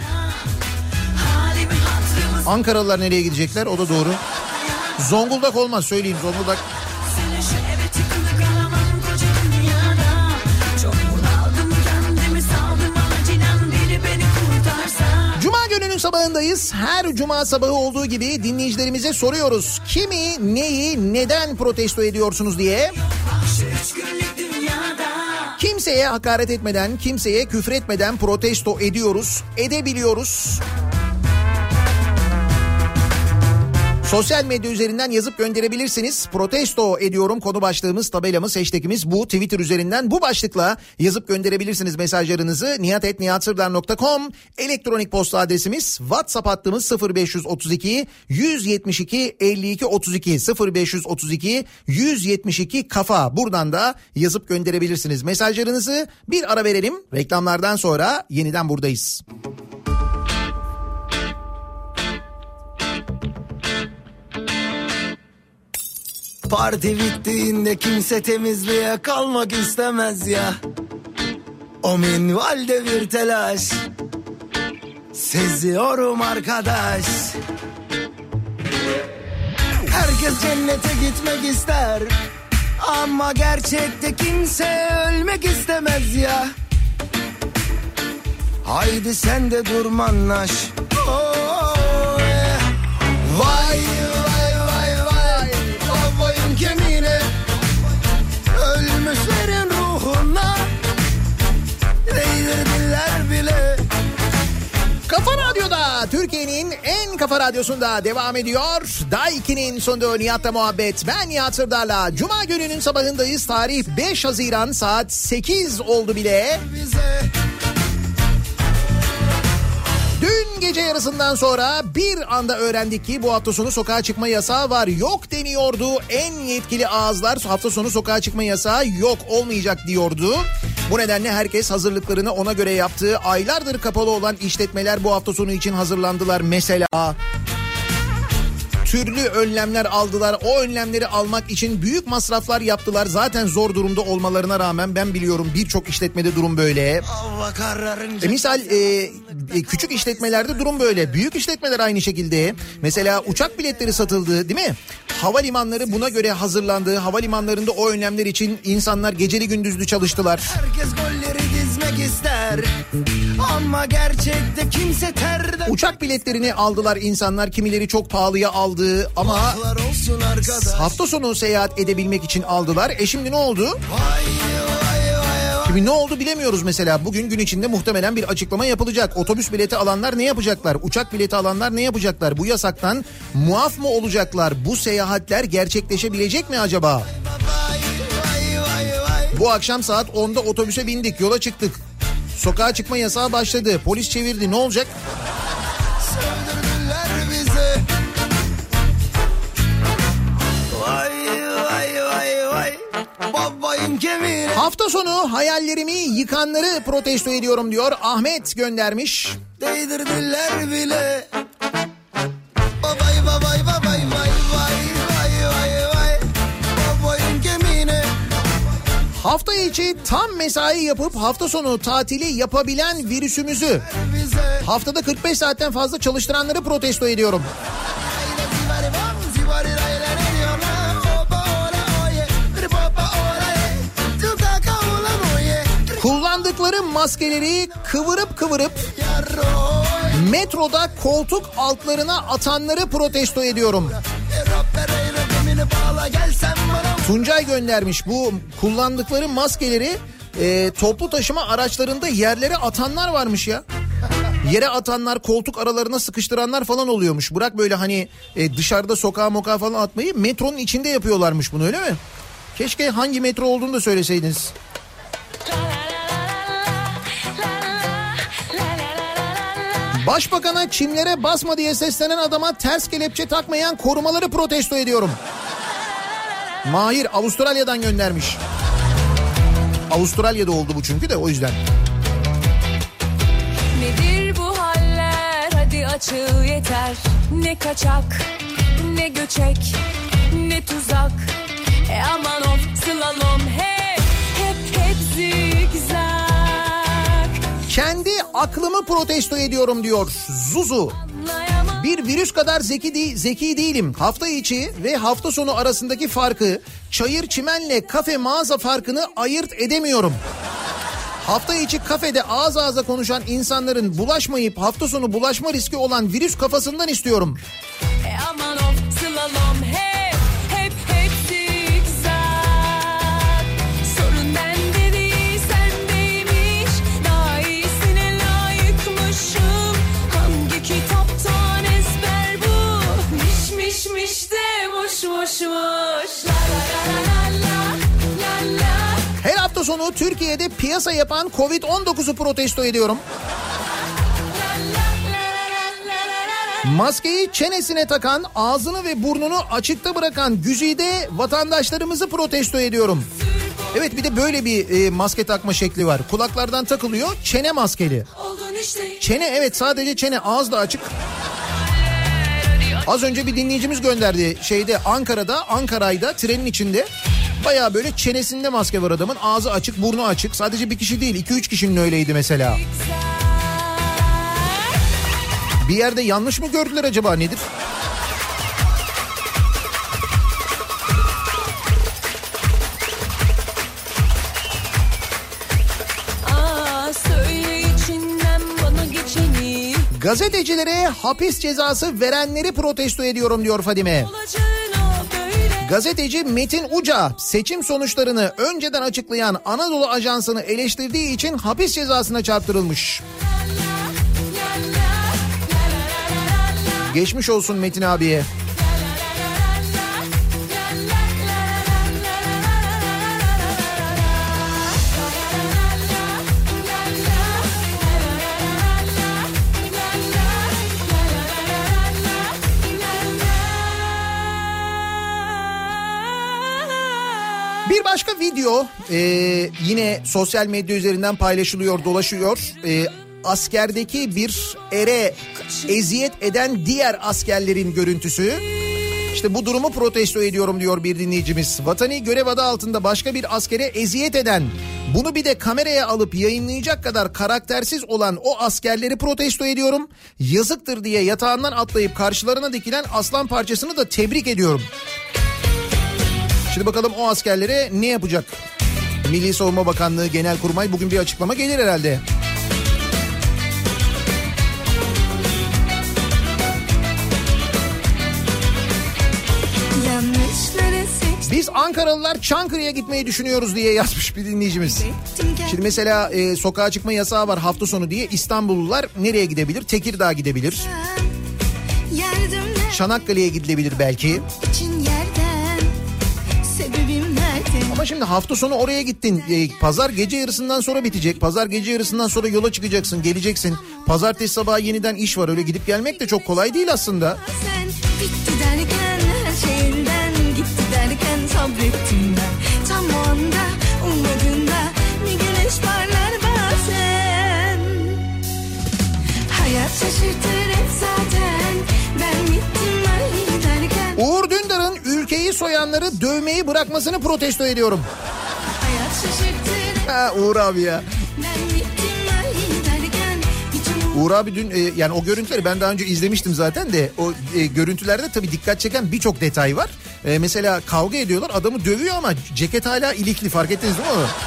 Ankaralılar nereye gidecekler, o da doğru. Zonguldak olmaz, söyleyeyim, Zonguldak. Cuma gününün sabahındayız. Her cuma sabahı olduğu gibi dinleyicilerimize soruyoruz. Kimi, neyi, neden protesto ediyorsunuz diye. Kimseye hakaret etmeden, kimseye küfür etmeden protesto ediyoruz, edebiliyoruz. Sosyal medya üzerinden yazıp gönderebilirsiniz. Protesto ediyorum konu başlığımız, tabelamız, hashtagimiz bu. Twitter üzerinden bu başlıkla yazıp gönderebilirsiniz mesajlarınızı. nihat@nihatsırdar.com elektronik posta adresimiz. WhatsApp hattımız 0532 172 52 32 0532 172 kafa. Buradan da yazıp gönderebilirsiniz mesajlarınızı. Bir ara verelim. Reklamlardan sonra yeniden buradayız. Parti bittiğinde kimse temizliğe kalmak istemez ya. O minvalde bir telaş seziyorum arkadaş. Herkes cennete gitmek ister ama gerçekte kimse ölmek istemez ya. Haydi sen de durmanlaş. Oh, yeah. Vay kemiğine, ölmüşlerin ruhuna değdirdiler bile. Kafa Radyo'da, Türkiye'nin en kafa radyosunda devam ediyor. Daiki'nin sonunda Nihat'la muhabbet. Ben Nihat Sırdar'la. Cuma gününün sabahındayız. Tarih 5 Haziran, saat 8 oldu bile. Dün gece yarısından sonra bir anda öğrendik ki bu hafta sonu sokağa çıkma yasağı var. Yok deniyordu. En yetkili ağızlar hafta sonu sokağa çıkma yasağı yok, olmayacak diyordu. Bu nedenle herkes hazırlıklarını ona göre yaptı. Aylardır kapalı olan işletmeler bu hafta sonu için hazırlandılar mesela. Türlü önlemler aldılar. O önlemleri almak için büyük masraflar yaptılar. Zaten zor durumda olmalarına rağmen ben biliyorum birçok işletmede durum böyle. Misal küçük işletmelerde durum böyle. Büyük işletmeler aynı şekilde. Mesela uçak biletleri satıldı, değil mi? Havalimanları buna göre hazırlandı. Havalimanlarında o önlemler için insanlar geceli gündüzlü çalıştılar. Herkes golleri dizmek ister ama gerçekte kimse terden. Uçak biletlerini aldılar insanlar. Kimileri çok pahalıya aldı ama hafta sonu seyahat edebilmek için aldılar. Şimdi ne oldu? Şimdi ne oldu bilemiyoruz mesela. Bugün gün içinde muhtemelen bir açıklama yapılacak. Otobüs bileti alanlar ne yapacaklar? Uçak bileti alanlar ne yapacaklar? Bu yasaktan muaf mı olacaklar? Bu seyahatler gerçekleşebilecek mi acaba? Bu akşam saat 10'da otobüse bindik, yola çıktık. Sokağa çıkma yasağı başladı. Polis çevirdi. Ne olacak? Hafta sonu hayallerimi yıkanları protesto ediyorum diyor. Ahmet göndermiş. Değdirdiler bile. Babay babay babay vay vay vay vay vay. Babayın kemiğine. Hafta içi tam mesai yapıp hafta sonu tatili yapabilen virüsümüzü haftada 45 saatten fazla çalıştıranları protesto ediyorum. Kullandıkları maskeleri kıvırıp metroda koltuk altlarına atanları protesto ediyorum. Tuncay göndermiş, bu kullandıkları maskeleri toplu taşıma araçlarında yerlere atanlar varmış ya. Yere atanlar, koltuk aralarına sıkıştıranlar falan oluyormuş. Bırak böyle hani dışarıda sokağa mokağa falan atmayı, metronun içinde yapıyorlarmış bunu, öyle mi? Keşke hangi metro olduğunu da söyleseydiniz. Başbakan'a çimlere basma diye seslenen adama ters kelepçe takmayan korumaları protesto ediyorum. Mahir Avustralya'dan göndermiş. Avustralya'da oldu bu çünkü de o yüzden. Nedir bu haller, hadi açıl yeter. Ne kaçak, ne göçek, ne tuzak. Aman of slalom hep zigzag. Kendi aklımı protesto ediyorum diyor Zuzu. Bir virüs kadar zeki değilim. Hafta içi ve hafta sonu arasındaki farkı, çayır çimenle kafe mağaza farkını ayırt edemiyorum. Hafta içi kafede ağız ağza konuşan insanların bulaşmayıp hafta sonu bulaşma riski olan virüs kafasından istiyorum. Aman of slalom hep zigzag. Sorun bende değil sendeymiş. Daha iyisine layıkmışım. Hangi kitaptan ezber bu? Miş sonu Türkiye'de piyasa yapan Covid-19'u protesto ediyorum. Maskeyi çenesine takan, ağzını ve burnunu açıkta bırakan güzide vatandaşlarımızı protesto ediyorum. Evet, bir de böyle bir maske takma şekli var. Kulaklardan takılıyor, çene maskeli. Çene, evet, sadece çene, ağız da açık. Az önce bir dinleyicimiz gönderdi Ankara'yda trenin içinde. Baya böyle çenesinde maske var adamın, ağzı açık, burnu açık. Sadece bir kişi değil, 2-3 kişinin öyleydi mesela. Bir yerde yanlış mı gördüler acaba, nedir? Gazetecilere hapis cezası verenleri protesto ediyorum diyor Fadime. Gazeteci Metin Uca seçim sonuçlarını önceden açıklayan Anadolu Ajansı'nı eleştirdiği için hapis cezasına çarptırılmış. Geçmiş olsun Metin abiye. Bir başka video yine sosyal medya üzerinden paylaşılıyor, dolaşıyor. Askerdeki bir ere eziyet eden diğer askerlerin görüntüsü. İşte bu durumu protesto ediyorum diyor bir dinleyicimiz. Vatani görev adı altında başka bir askere eziyet eden, bunu bir de kameraya alıp yayınlayacak kadar karaktersiz olan o askerleri protesto ediyorum. Yazıktır diye yatağından atlayıp karşılarına dikilen aslan parçasını da tebrik ediyorum. Şimdi bakalım o askerlere ne yapacak? Milli Savunma Bakanlığı, Genelkurmay, bugün bir açıklama gelir herhalde. Biz Ankaralılar Çankırı'ya gitmeyi düşünüyoruz diye yazmış bir dinleyicimiz. Şimdi mesela sokağa çıkma yasağı var hafta sonu diye, İstanbullular nereye gidebilir? Tekirdağ gidebilir. Çanakkale'ye gidilebilir belki. Ama şimdi hafta sonu oraya gittin. Pazar gece yarısından sonra bitecek. Pazar gece yarısından sonra yola çıkacaksın, geleceksin. Pazartesi sabahı yeniden iş var. Öyle gidip gelmek de çok kolay değil aslında. Bitti derken her şeyinden gitti derken sabrettim ben. Tam o anda ummadığında bir güneş parlar bazen. Hayat şaşırtır hep zaten. Ben bittim ay derken. Uğur Dündar'ın ülkeyi soyanları dövmeyi bırakmasını protesto ediyorum. Hayat şaşırtır. Ha, Uğur abi ya. Ben bittim ay derken. Uğur abi dün yani o görüntüleri ben daha önce izlemiştim zaten de o görüntülerde tabii dikkat çeken birçok detay var. Mesela kavga ediyorlar, adamı dövüyor ama ceket hala ilikli, fark ettiniz değil mi onu?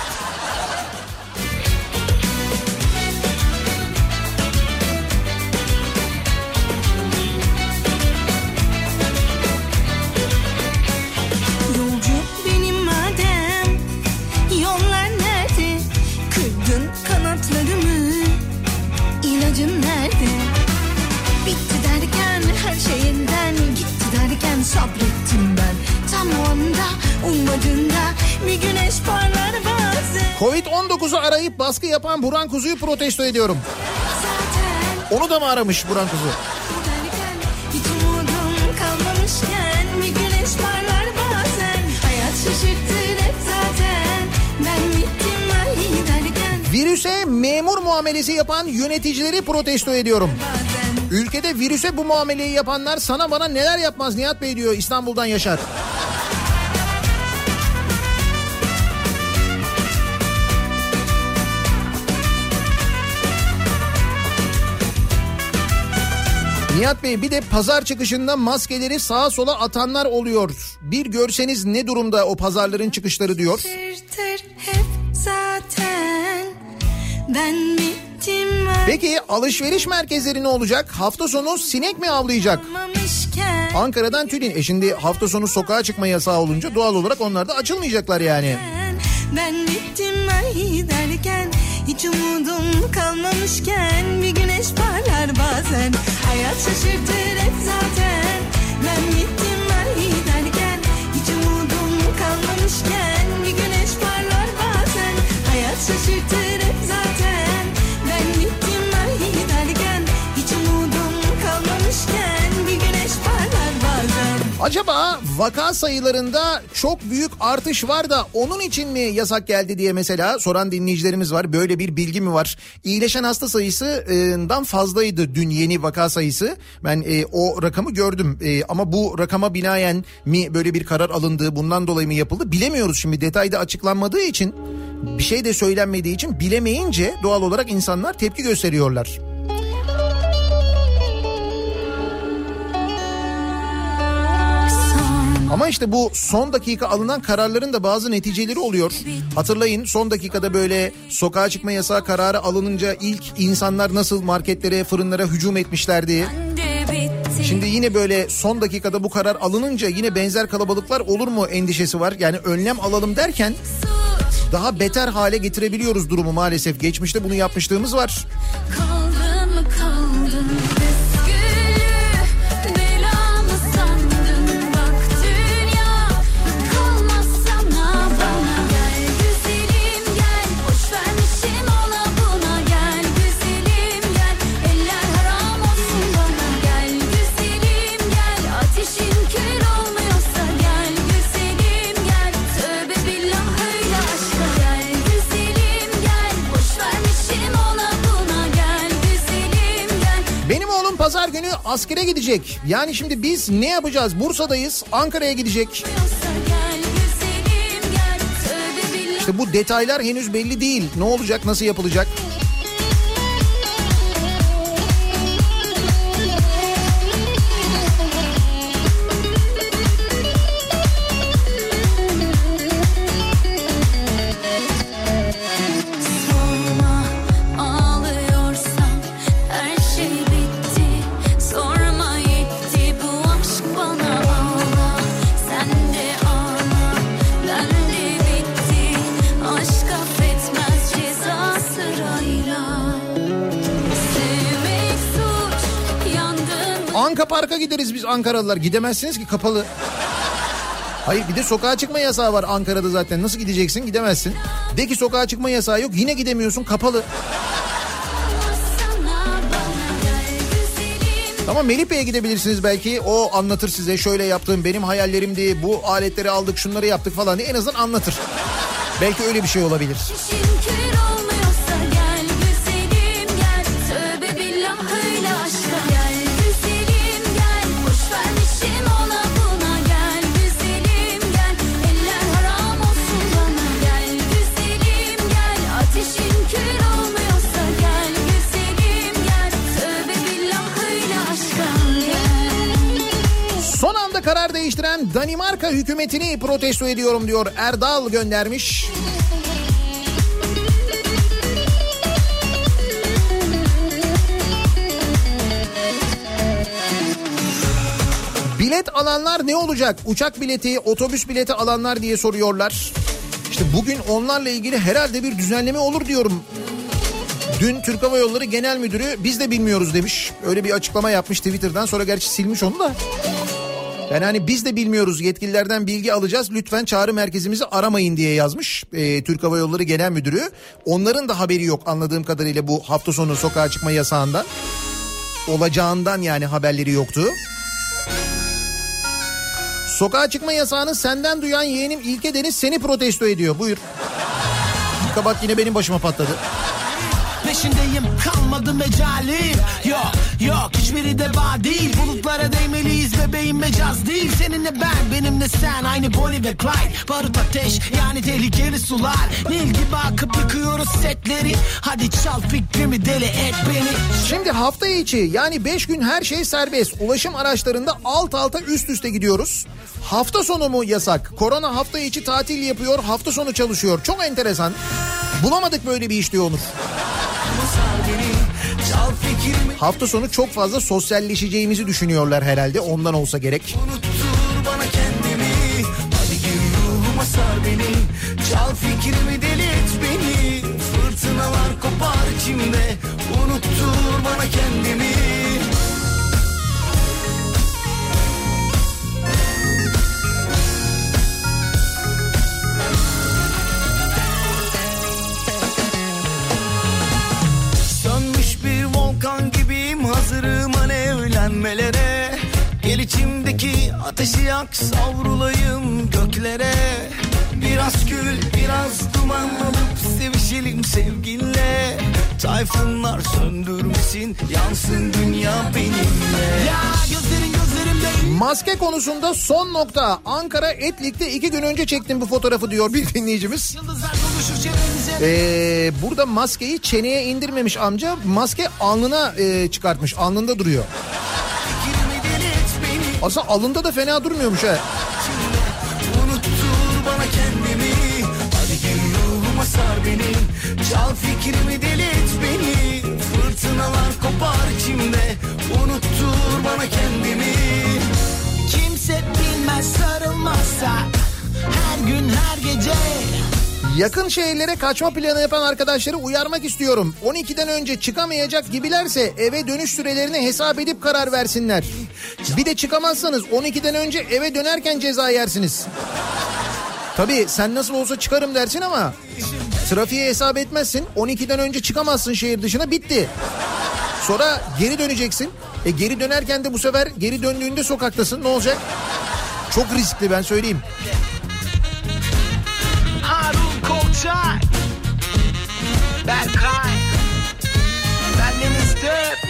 Sabrettim ben tam o anda ummadığında bir güneş parlar bazen. Covid-19'u arayıp baskı yapan Burhan Kuzu'yu protesto ediyorum. Zaten onu da mı aramış Burhan Kuzu? Hiç umudum kalmamışken bir güneş parlar bazen. Hayat şaşırtır hep zaten. Ben bittim ay derken. Virüse memur muamelesi yapan yöneticileri protesto ediyorum. Bazen. Ülkede virüse bu muameleyi yapanlar sana bana neler yapmaz Nihat Bey diyor İstanbul'dan Yaşar. Nihat Bey, bir de pazar çıkışında maskeleri sağa sola atanlar oluyor. Bir görseniz ne durumda o pazarların çıkışları diyor. Hep zaten ben bittim. Peki alışveriş merkezleri ne olacak? Hafta sonu sinek mi avlayacak? Ankara'dan Tülin. Şimdi hafta sonu sokağa çıkma yasağı olunca doğal olarak onlar da açılmayacaklar yani. Ben bittim ay derken, hiç umudum kalmamışken bir güneş parlar bazen. Hayat şaşırtır hep zaten. Ben bittim ay derken, hiç umudum kalmamışken bir güneş parlar bazen. Acaba vaka sayılarında çok büyük artış var da onun için mi yasak geldi diye mesela soran dinleyicilerimiz var. Böyle bir bilgi mi var? İyileşen hasta sayısından fazlaydı dün yeni vaka sayısı. Ben o rakamı gördüm. Ama bu rakama binaen mi böyle bir karar alındı, bundan dolayı mı yapıldı bilemiyoruz şimdi. Detayda açıklanmadığı için, bir şey de söylenmediği için, bilemeyince doğal olarak insanlar tepki gösteriyorlar. Ama işte bu son dakika alınan kararların da bazı neticeleri oluyor. Hatırlayın, son dakikada böyle sokağa çıkma yasağı kararı alınınca ilk insanlar nasıl marketlere, fırınlara hücum etmişlerdi. Şimdi yine böyle son dakikada bu karar alınınca yine benzer kalabalıklar olur mu endişesi var. Yani önlem alalım derken daha beter hale getirebiliyoruz durumu maalesef. Geçmişte bunu yapmışlığımız var. Kaldın mı kaldın? Pazar günü askere gidecek. Yani şimdi biz ne yapacağız? Bursa'dayız, Ankara'ya gidecek. İşte bu detaylar henüz belli değil. Ne olacak, nasıl yapılacak? Anka Park'a gideriz biz Ankaralılar. Gidemezsiniz ki, kapalı. Hayır, bir de sokağa çıkma yasağı var Ankara'da zaten. Nasıl gideceksin? Gidemezsin. De ki sokağa çıkma yasağı yok, yine gidemiyorsun, kapalı. Tamam, Melih Bey'e gidebilirsiniz belki. O anlatır size, şöyle yaptım, benim hayallerimdi, bu aletleri aldık, şunları yaptık falan diye en azından anlatır. Belki öyle bir şey olabilir. Karar değiştiren Danimarka hükümetini protesto ediyorum diyor. Erdal göndermiş. Bilet alanlar ne olacak? Uçak bileti, otobüs bileti alanlar diye soruyorlar. İşte bugün onlarla ilgili herhalde bir düzenleme olur diyorum. Dün Türk Hava Yolları Genel Müdürü biz de bilmiyoruz demiş. Öyle bir açıklama yapmış Twitter'dan, sonra gerçi silmiş onu da. Yani hani biz de bilmiyoruz, yetkililerden bilgi alacağız, lütfen çağrı merkezimizi aramayın diye yazmış Türk Hava Yolları Genel Müdürü. Onların da haberi yok anladığım kadarıyla bu hafta sonu sokağa çıkma yasağından. Olacağından yani haberleri yoktu. Sokağa çıkma yasağını senden duyan yeğenim İlke Deniz seni protesto ediyor. Buyur. Kabak yine benim başıma patladı. Peşindeyim, kalmadı mecalim. Yok hiçbiri de bağ değil. Bulutlara değmeliyiz, bebeğim mecaz değil. Seninle ben, benimle sen, aynı Bonnie ve Clyde. Barut ateş, yani tehlikeli sular. Nil gibi akıp yıkıyoruz setleri. Hadi çal fikrimi, deli et beni. Şimdi hafta içi, yani 5 gün her şey serbest. Ulaşım araçlarında alt alta üst üste gidiyoruz. Hafta sonu mu yasak? Korona hafta içi tatil yapıyor, hafta sonu çalışıyor. Çok enteresan. Bulamadık böyle bir iş diyor Onur. Hafta sonu çok fazla sosyalleşeceğimizi düşünüyorlar herhalde. Ondan olsa gerek. Unuttur bana kendimi. Hadi gir ruhuma sar beni. Çal fikrimi, deli et beni. Fırtınalar kopar içimde. Unuttur bana kendimi. Sönmüş bir volkan gibiyim, hazırım alevlenmelere. Gel içimdeki ateşi yak, savrulayım göklere. Biraz kül, biraz duman alıp sevişelim sevginle. Tayfunlar söndürmesin, yansın dünya benimle. Ya gözlerimde. Maske konusunda son nokta. Ankara Etlik'te 2 gün önce çektim bu fotoğrafı diyor bir dinleyicimiz. Burada maskeyi çeneye indirmemiş amca. Maske alnına çıkartmış. Alnında duruyor. Aslında alında da fena durmuyormuş ha. Unuttur bana kendimi. Hadi gel ruhuma sar beni. Çal fikrimi, deli et beni. Fırtınalar kopar içimde. Unuttur bana kendimi. Kimse bilmez sarılmazsa. Her gün her gece. Yakın şehirlere kaçma planı yapan arkadaşları uyarmak istiyorum. 12'den önce çıkamayacak gibilerse eve dönüş sürelerini hesap edip karar versinler. Bir de çıkamazsanız 12'den önce eve dönerken ceza yersiniz. Tabii sen nasıl olsa çıkarım dersin ama trafiğe hesap etmezsin. 12'den önce çıkamazsın şehir dışına, bitti. Sonra geri döneceksin. Geri dönerken de bu sefer geri döndüğünde sokaktasın, ne olacak? Çok riskli, ben söyleyeyim. Kolçak, Berkay, bendenizde.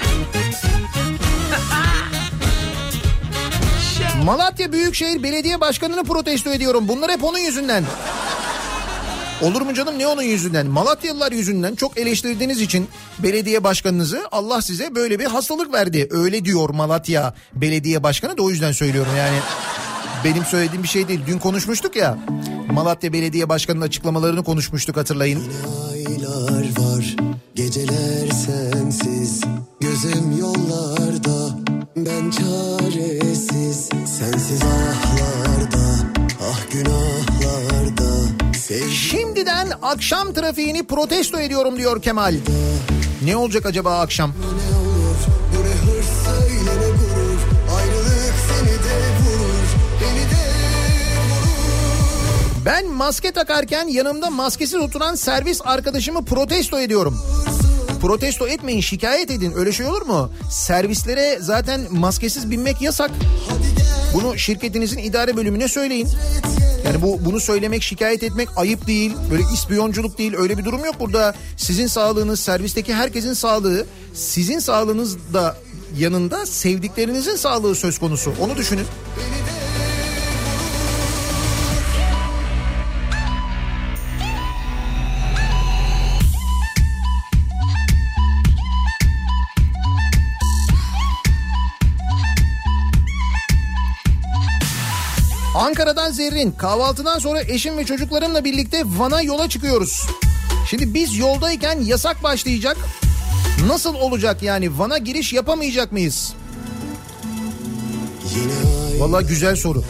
Malatya Büyükşehir Belediye Başkanı'nı protesto ediyorum. Bunlar hep onun yüzünden. Olur mu canım, ne onun yüzünden? Malatyalılar yüzünden çok eleştirdiğiniz için belediye başkanınızı, Allah size böyle bir hastalık verdi. Öyle diyor Malatya Belediye Başkanı da, o yüzden söylüyorum yani. Benim söylediğim bir şey değil. Dün konuşmuştuk ya. Malatya Belediye Başkanı'nın açıklamalarını konuşmuştuk, hatırlayın. Aylar var, geceler sensiz, gözüm yollarda, ben çaresiz, sensiz ahlarda, ah günahlarda. Şimdiden akşam trafiğini protesto ediyorum diyor Kemal. Ne olacak acaba akşam? Ne olur, bu ne hırs, söyle ne gurur, ayrılık seni de vurur, beni de vurur. Ben maske takarken yanımda maskesiz oturan servis arkadaşımı protesto ediyorum. Protesto etmeyin, şikayet edin, öyle şey olur mu? Servislere zaten maskesiz binmek yasak. Bunu şirketinizin idare bölümüne söyleyin. Yani bunu söylemek, şikayet etmek ayıp değil. Böyle ispiyonculuk değil, öyle bir durum yok burada. Sizin sağlığınız, servisteki herkesin sağlığı, sizin sağlığınız da yanında sevdiklerinizin sağlığı söz konusu. Onu düşünün. Ankara'dan Zerrin, kahvaltıdan sonra eşim ve çocuklarımla birlikte Van'a yola çıkıyoruz. Şimdi biz yoldayken yasak başlayacak. Nasıl olacak yani, Van'a giriş yapamayacak mıyız? Vallahi güzel soru.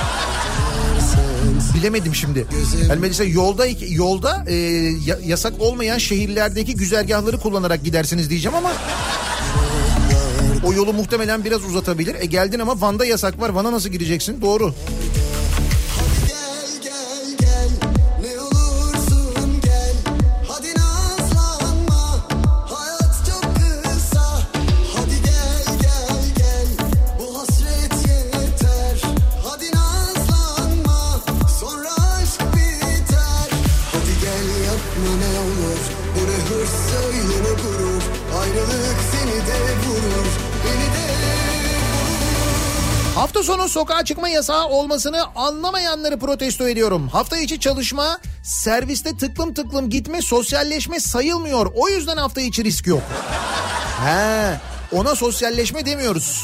Bilemedim şimdi. Yani mesela yolda yasak olmayan şehirlerdeki güzergahları kullanarak gidersiniz diyeceğim ama o yolu muhtemelen biraz uzatabilir. Geldin ama Van'da yasak var. Van'a nasıl gireceksin? Doğru. Hafta sonu sokağa çıkma yasağı olmasını anlamayanları protesto ediyorum. Hafta içi çalışma, serviste tıklım tıklım gitme, sosyalleşme sayılmıyor. O yüzden hafta içi risk yok. Ona sosyalleşme demiyoruz.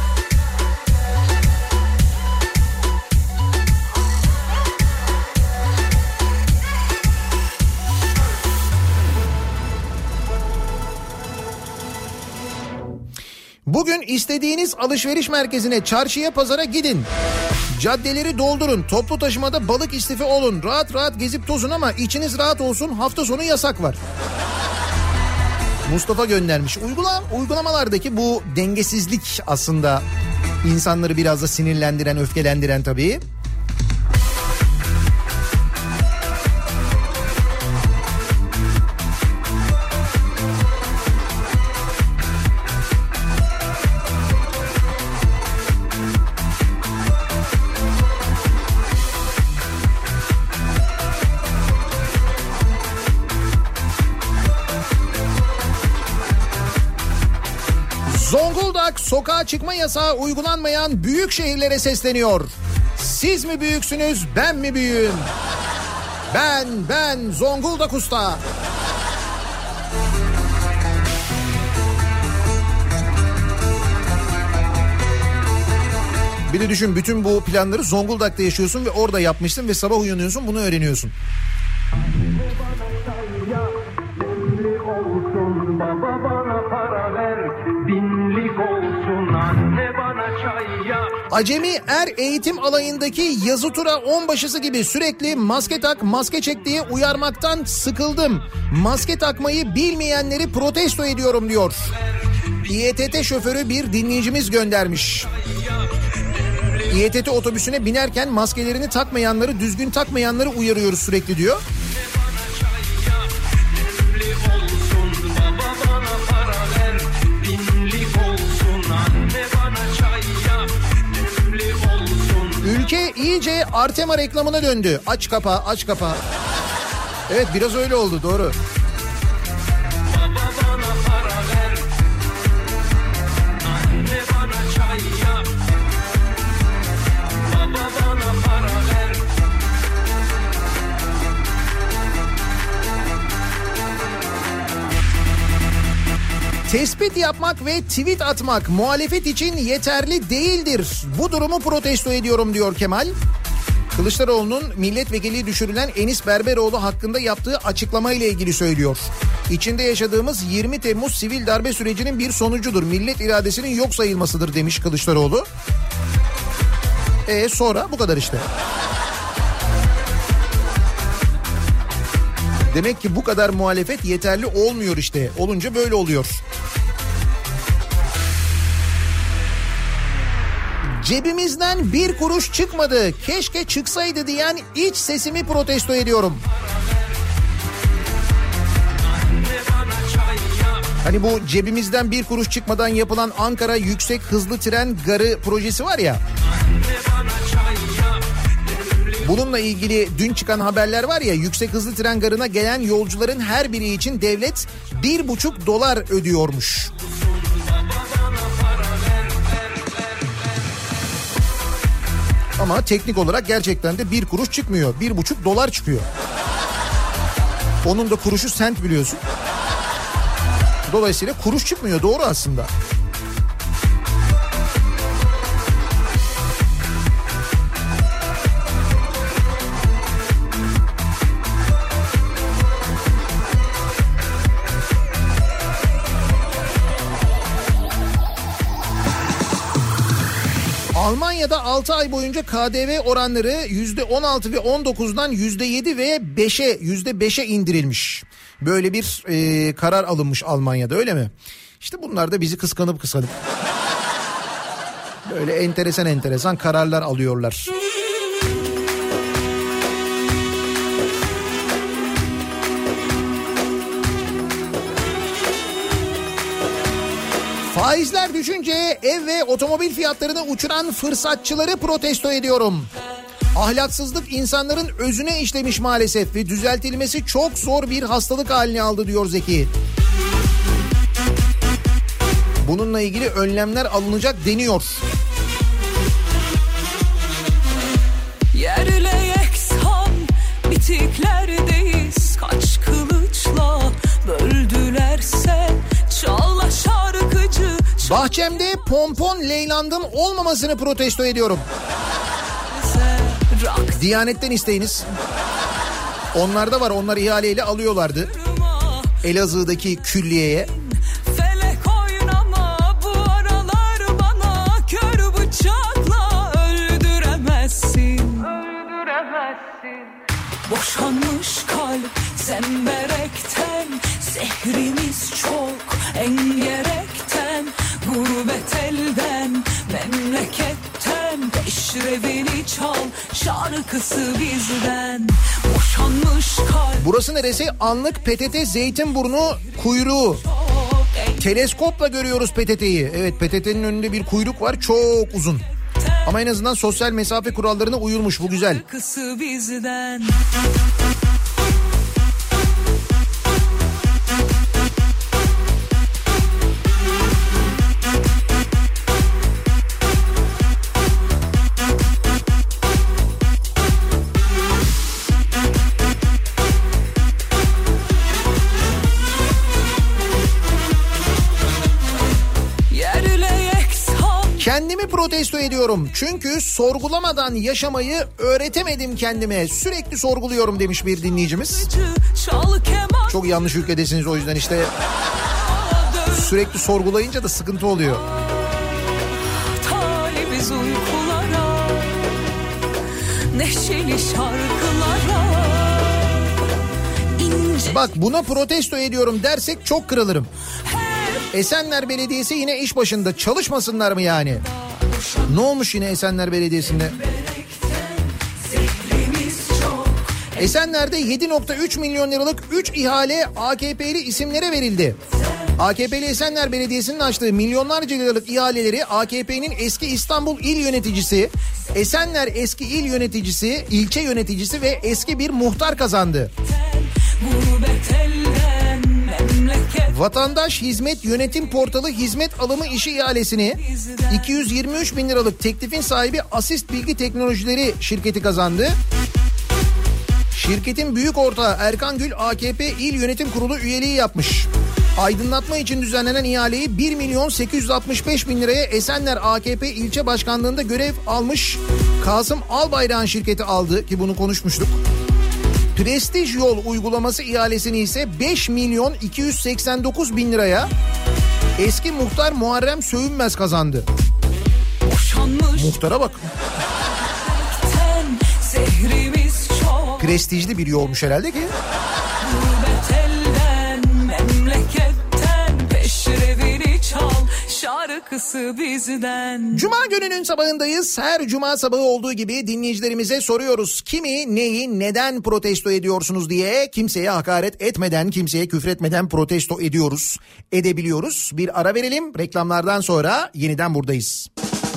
Bugün istediğiniz alışveriş merkezine, çarşıya, pazara gidin. Caddeleri doldurun, toplu taşımada balık istifi olun, rahat rahat gezip tozun ama içiniz rahat olsun, hafta sonu yasak var. Mustafa göndermiş. Uygulamalardaki bu dengesizlik aslında insanları biraz da sinirlendiren, öfkelendiren tabii. sokağa çıkma yasağı uygulanmayan büyük şehirlere sesleniyor. Siz mi büyüksünüz, ben mi büyüğüm? Ben Zonguldak Usta. Bir de düşün, bütün bu planları Zonguldak'ta yaşıyorsun ve orada yapmışsın ve sabah uyanıyorsun, bunu öğreniyorsun. Baba bana para ver, binlik olsun, anne bana çay yap. Acemi Er Eğitim Alayı'ndaki yazı tura onbaşısı gibi sürekli maske tak, maske çek diye uyarmaktan sıkıldım. Maske takmayı bilmeyenleri protesto ediyorum diyor. İETT şoförü bir dinleyicimiz göndermiş. İETT otobüsüne binerken maskelerini takmayanları, düzgün takmayanları uyarıyoruz sürekli diyor. Ülke iyice Artema reklamına döndü. Aç kapa, aç kapa. Evet, biraz öyle oldu, doğru. Tespit yapmak ve tweet atmak muhalefet için yeterli değildir. Bu durumu protesto ediyorum diyor Kemal. Kılıçdaroğlu'nun milletvekili düşürülen Enis Berberoğlu hakkında yaptığı açıklamayla ilgili söylüyor. İçinde yaşadığımız 20 Temmuz sivil darbe sürecinin bir sonucudur. Millet iradesinin yok sayılmasıdır demiş Kılıçdaroğlu. Sonra bu kadar işte. Demek ki bu kadar muhalefet yeterli olmuyor işte. Olunca böyle oluyor. Cebimizden bir kuruş çıkmadı, keşke çıksaydı diyen iç sesimi protesto ediyorum. Hani bu cebimizden bir kuruş çıkmadan yapılan Ankara Yüksek Hızlı Tren Garı projesi var ya. Bununla ilgili dün çıkan haberler var ya, yüksek hızlı tren garına gelen yolcuların her biri için devlet $1,5 ödüyormuş. Ama teknik olarak gerçekten de bir kuruş çıkmıyor. $1,5 çıkıyor. Onun da kuruşu sent biliyorsun. Dolayısıyla kuruş çıkmıyor, doğru aslında. Almanya'da 6 ay boyunca KDV oranları %16 ve 19'dan %7 ve %5'e indirilmiş. Böyle bir karar alınmış Almanya'da, öyle mi? İşte bunlar da bizi kıskanıp böyle enteresan kararlar alıyorlar. Faizler düşünce ev ve otomobil fiyatlarını uçuran fırsatçıları protesto ediyorum. Ahlaksızlık insanların özüne işlemiş maalesef ve düzeltilmesi çok zor bir hastalık haline aldı diyor Zeki. Bununla ilgili önlemler alınacak deniyor. Yerle yeksan bitiklerdeyiz, kaç kılıçla böldülerse çalla şarkıcı. Bahçemde pompon leylandım olmamasını protesto ediyorum. Diyanet'ten isteyiniz. Onlarda var, onlar ihaleyle alıyorlardı. Elazığ'daki külliyeye. Felek oynama bu aralar, bana kör bıçakla öldüremezsin. Boşanmış kalp zemberekten, zehrimiz çok engerekten, gurbet elden memleketten, peşrevini çal şarkısı bizden. Boşanmış kalp. Burası neresi? Anlık PTT Zeytinburnu kuyruğu. Teleskopla görüyoruz PTT'yi. Evet, PTT'nin önünde bir kuyruk var, çok uzun. Ama en azından sosyal mesafe kurallarına uyulmuş, bu güzel. Şarkısı bizden. Kendimi protesto ediyorum. Çünkü sorgulamadan yaşamayı öğretemedim kendime. Sürekli sorguluyorum demiş bir dinleyicimiz. Çok yanlış ülkedesiniz, o yüzden işte sürekli sorgulayınca da sıkıntı oluyor. Talibiz uykulara, neşeli şarkılara. Bak, buna protesto ediyorum dersek çok kırılırım. Esenler Belediyesi yine iş başında, çalışmasınlar mı yani? Ne olmuş yine Esenler Belediyesi'nde? Esenler'de 7.3 milyon liralık 3 ihale AKP'li isimlere verildi. AKP'li Esenler Belediyesi'nin açtığı milyonlarca liralık ihaleleri AKP'nin eski İstanbul İl Yöneticisi, Esenler eski il yöneticisi, ilçe yöneticisi ve eski bir muhtar kazandı. Vatandaş Hizmet Yönetim Portalı hizmet alımı işi ihalesini 223 bin liralık teklifin sahibi Asist Bilgi Teknolojileri şirketi kazandı. Şirketin büyük ortağı Erkan Gül AKP İl Yönetim Kurulu üyeliği yapmış. Aydınlatma için düzenlenen ihaleyi 1 milyon 865 bin liraya Esenler AKP ilçe başkanlığında görev almış Kasım Albayrak'ın şirketi aldı, ki bunu konuşmuştuk. Prestij yol uygulaması ihalesini ise 5 milyon 289 bin liraya eski muhtar Muharrem Sövünmez kazandı. Muhtara bak. Prestijli bir yolmuş herhalde ki. Şarkısı bizden. Cuma gününün sabahındayız. Her cuma sabahı olduğu gibi dinleyicilerimize soruyoruz. Kimi, neyi, neden protesto ediyorsunuz diye. Kimseye hakaret etmeden, kimseye küfretmeden protesto ediyoruz, edebiliyoruz. Bir ara verelim. Reklamlardan sonra yeniden buradayız.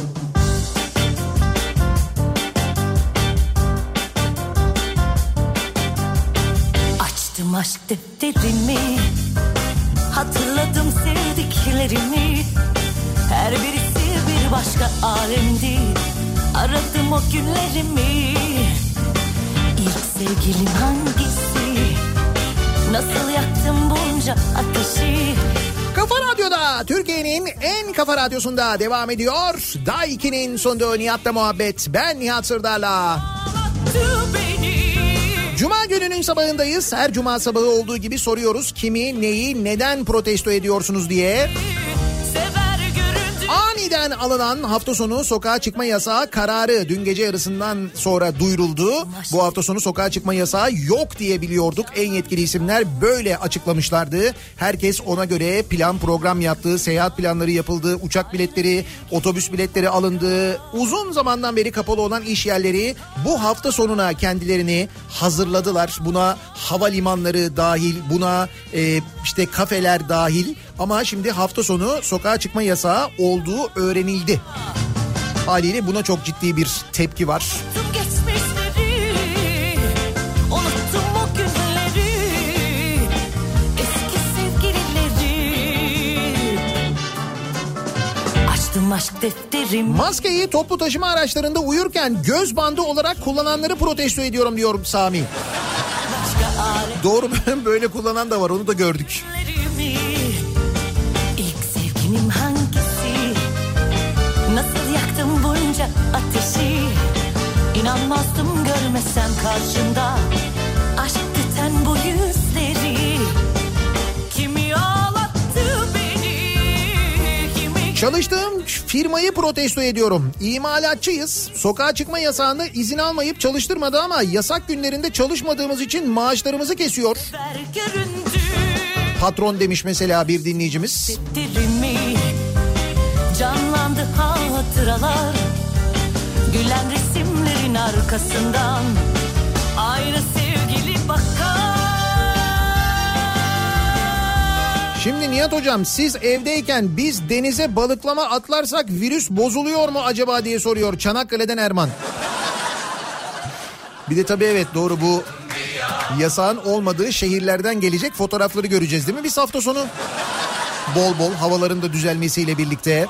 Açtım aşk defterimi, hatırladım sevdiklerimi. Her birisi bir başka alemdi. Aradım o günlerimi. İlk sevgilim hangisi? Nasıl yaktım bunca ateşi? Kafa Radyo'da, Türkiye'nin en kafa radyosunda devam ediyor. Daiki'nin sunduğu Nihat'la muhabbet. Ben Nihat Sırdar'la. Cuma gününün sabahındayız. Her cuma sabahı olduğu gibi soruyoruz. Kimi, neyi, neden protesto ediyorsunuz diye. Aniden alınan hafta sonu sokağa çıkma yasağı kararı dün gece yarısından sonra duyuruldu. Bu hafta sonu sokağa çıkma yasağı yok diye biliyorduk. En yetkili isimler böyle açıklamışlardı. Herkes ona göre plan program yaptı. Seyahat planları yapıldı. Uçak biletleri, otobüs biletleri alındı. Uzun zamandan beri kapalı olan iş yerleri bu hafta sonuna kendilerini hazırladılar. Buna havalimanları dahil, buna işte kafeler dahil. Ama şimdi hafta sonu sokağa çıkma yasağı olduğu öğrenildi. Haliyle buna çok ciddi bir tepki var. Maskeyi toplu taşıma araçlarında uyurken göz bandı olarak kullananları protesto ediyorum diyor Sami. Doğru, böyle kullanan da var, onu da gördük. Hangisi? Nasıl yaktım bunca ateşi? İnanmazdım görmesem karşımda aşk tüten bu yüzleri. Kimi ağlattı beni? Kimi... Çalıştığım firmayı protesto ediyorum. İmalatçıyız. Sokağa çıkma yasağını izin almayıp çalıştırmadı ama yasak günlerinde çalışmadığımız için maaşlarımızı kesiyor. Patron demiş mesela bir dinleyicimiz. Canlandı hatıralar, gülen resimlerin arkasından aynı sevgili bakar. Şimdi Nihat hocam, siz evdeyken biz denize balıklama atlarsak virüs bozuluyor mu acaba diye soruyor Çanakkale'den Erman. Bir de tabii evet, doğru, bu yasağın olmadığı şehirlerden gelecek fotoğrafları göreceğiz değil mi biz hafta sonu? Bol bol havaların da düzelmesiyle birlikte.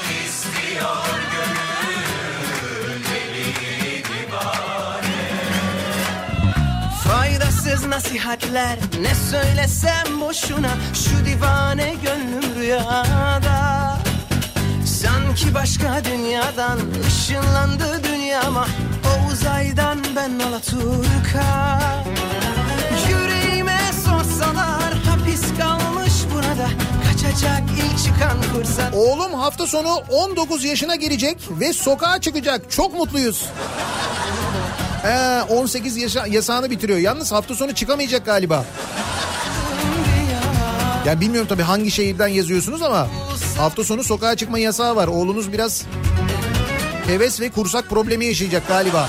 Faydasız nasihatler, ne söylesem boşuna, şu divane gönlüm rüyada. Sanki sanki başka dünyadan ışınlandı dünyama. O uzaydan ben Alaturka. Yüreğime sorsalar hapis kalmış burada. Kaçacak ilk çıkan fırsat. Oğlum hafta sonu 19 yaşına girecek ve sokağa çıkacak. Çok mutluyuz. 18 yasağını bitiriyor. Yalnız hafta sonu çıkamayacak galiba. Ya bilmiyorum tabii hangi şehirden yazıyorsunuz ama hafta sonu sokağa çıkma yasağı var. Oğlunuz biraz heves ve kursak problemi yaşayacak galiba.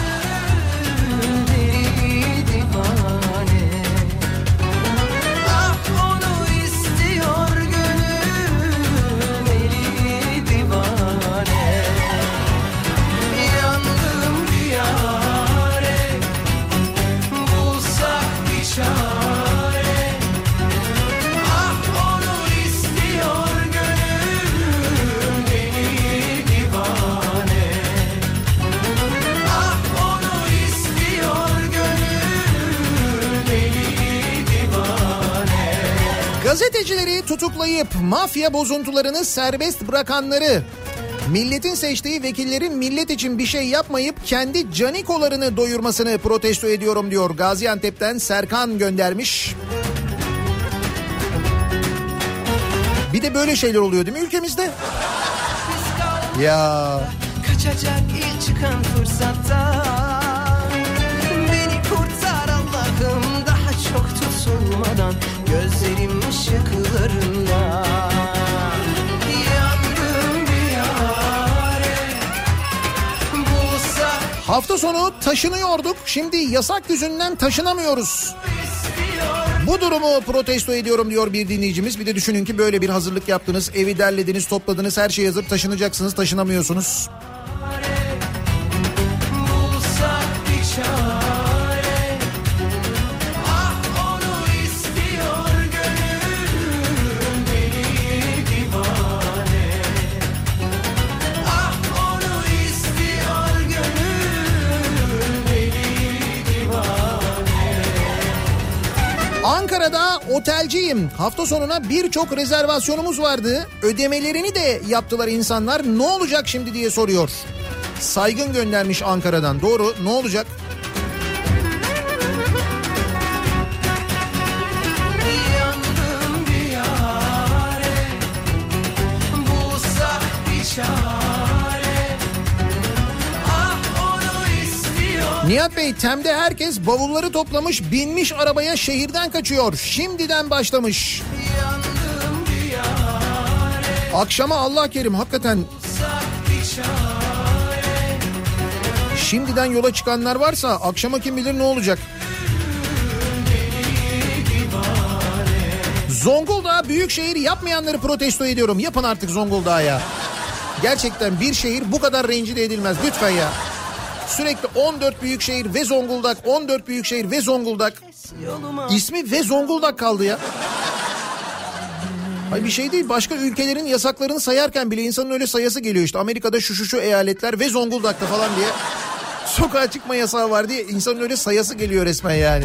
Gazetecileri tutuklayıp mafya bozuntularını serbest bırakanları, milletin seçtiği vekillerin millet için bir şey yapmayıp kendi canikolarını doyurmasını protesto ediyorum diyor. Gaziantep'ten Serkan göndermiş. Bir de böyle şeyler oluyor değil mi ülkemizde? Ya. Kaçacak ilk çıkan fırsatta. Beni kurtar Allah'ım daha çok tutulmadan. Gözlerim ışıklarında. Yandım bir yâre. Hafta sonu taşınıyorduk. Şimdi yasak yüzünden taşınamıyoruz. Bu durumu protesto ediyorum diyor bir dinleyicimiz. Bir de düşünün ki böyle bir hazırlık yaptınız. Evi derlediniz, topladınız, her şey hazır. Taşınacaksınız, taşınamıyorsunuz. Ankara'da otelciyim. Hafta sonuna birçok rezervasyonumuz vardı. Ödemelerini de yaptılar insanlar. Ne olacak şimdi diye soruyor. Saygın göndermiş Ankara'dan. Doğru, ne olacak? Nihat Bey, Tem'de herkes bavulları toplamış, binmiş arabaya, şehirden kaçıyor. Şimdiden başlamış. Akşama Allah kerim, hakikaten. Şimdiden yola çıkanlar varsa akşama kim bilir ne olacak. Zonguldak büyükşehir yapmayanları protesto ediyorum. Yapın artık Zonguldak'a ya. Gerçekten bir şehir bu kadar rencide edilmez lütfen ya. Sürekli 14 büyükşehir ve Zonguldak, 14 büyükşehir ve Zonguldak. İsmi ve Zonguldak kaldı ya. Hayır bir şey değil, başka ülkelerin yasaklarını sayarken bile insanın öyle sayası geliyor işte. Amerika'da şu eyaletler ve Zonguldak'ta falan diye sokağa çıkma yasağı var diye insanın öyle sayası geliyor resmen yani.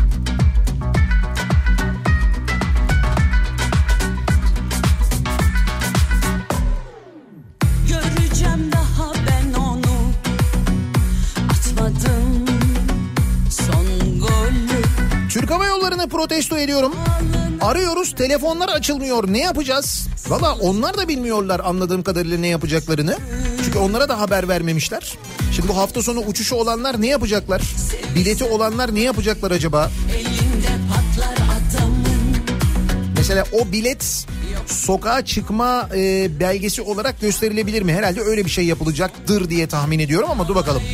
Türk Hava Yolları'nı protesto ediyorum. Arıyoruz, telefonlar açılmıyor. Ne yapacağız? Valla onlar da bilmiyorlar anladığım kadarıyla ne yapacaklarını. Çünkü onlara da haber vermemişler. Şimdi bu hafta sonu uçuşu olanlar ne yapacaklar? Bileti olanlar ne yapacaklar acaba? Mesela o bilet sokağa çıkma belgesi olarak gösterilebilir mi? Herhalde öyle bir şey yapılacaktır diye tahmin ediyorum ama dur bakalım.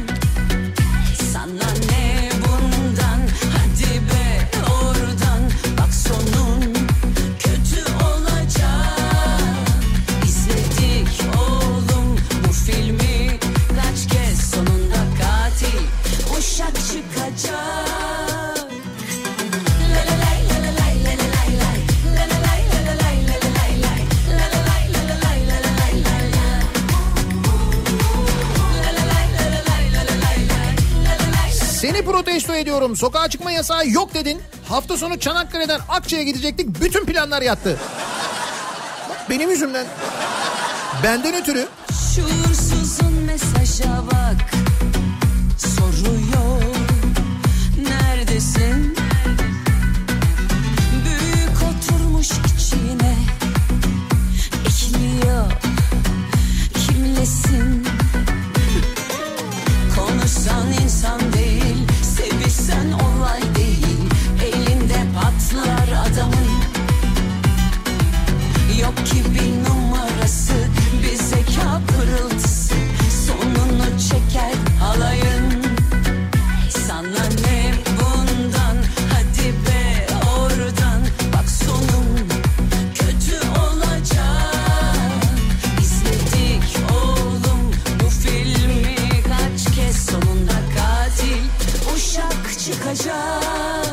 Seni protesto ediyorum. Sokağa çıkma yasağı yok dedin. Hafta sonu Çanakkale'den Akçay'a gidecektik. Bütün planlar yattı. Bak benim yüzümden. Benden ötürü. Şuursuzun mesaja bak, soruyor neredesin? Büyük oturmuş içine, ekliyor kimlesin? Konuşsan insan değil, sevişsen olay değil, elinde patlar adamın. Yok ki bir numarası, bir zeka pırıltısı, sonunu çeker halayın. Sana ne bundan, hadi be oradan, bak sonun kötü olacak. İzledik oğlum bu filmi kaç kez, sonunda katil uşak çıkacak.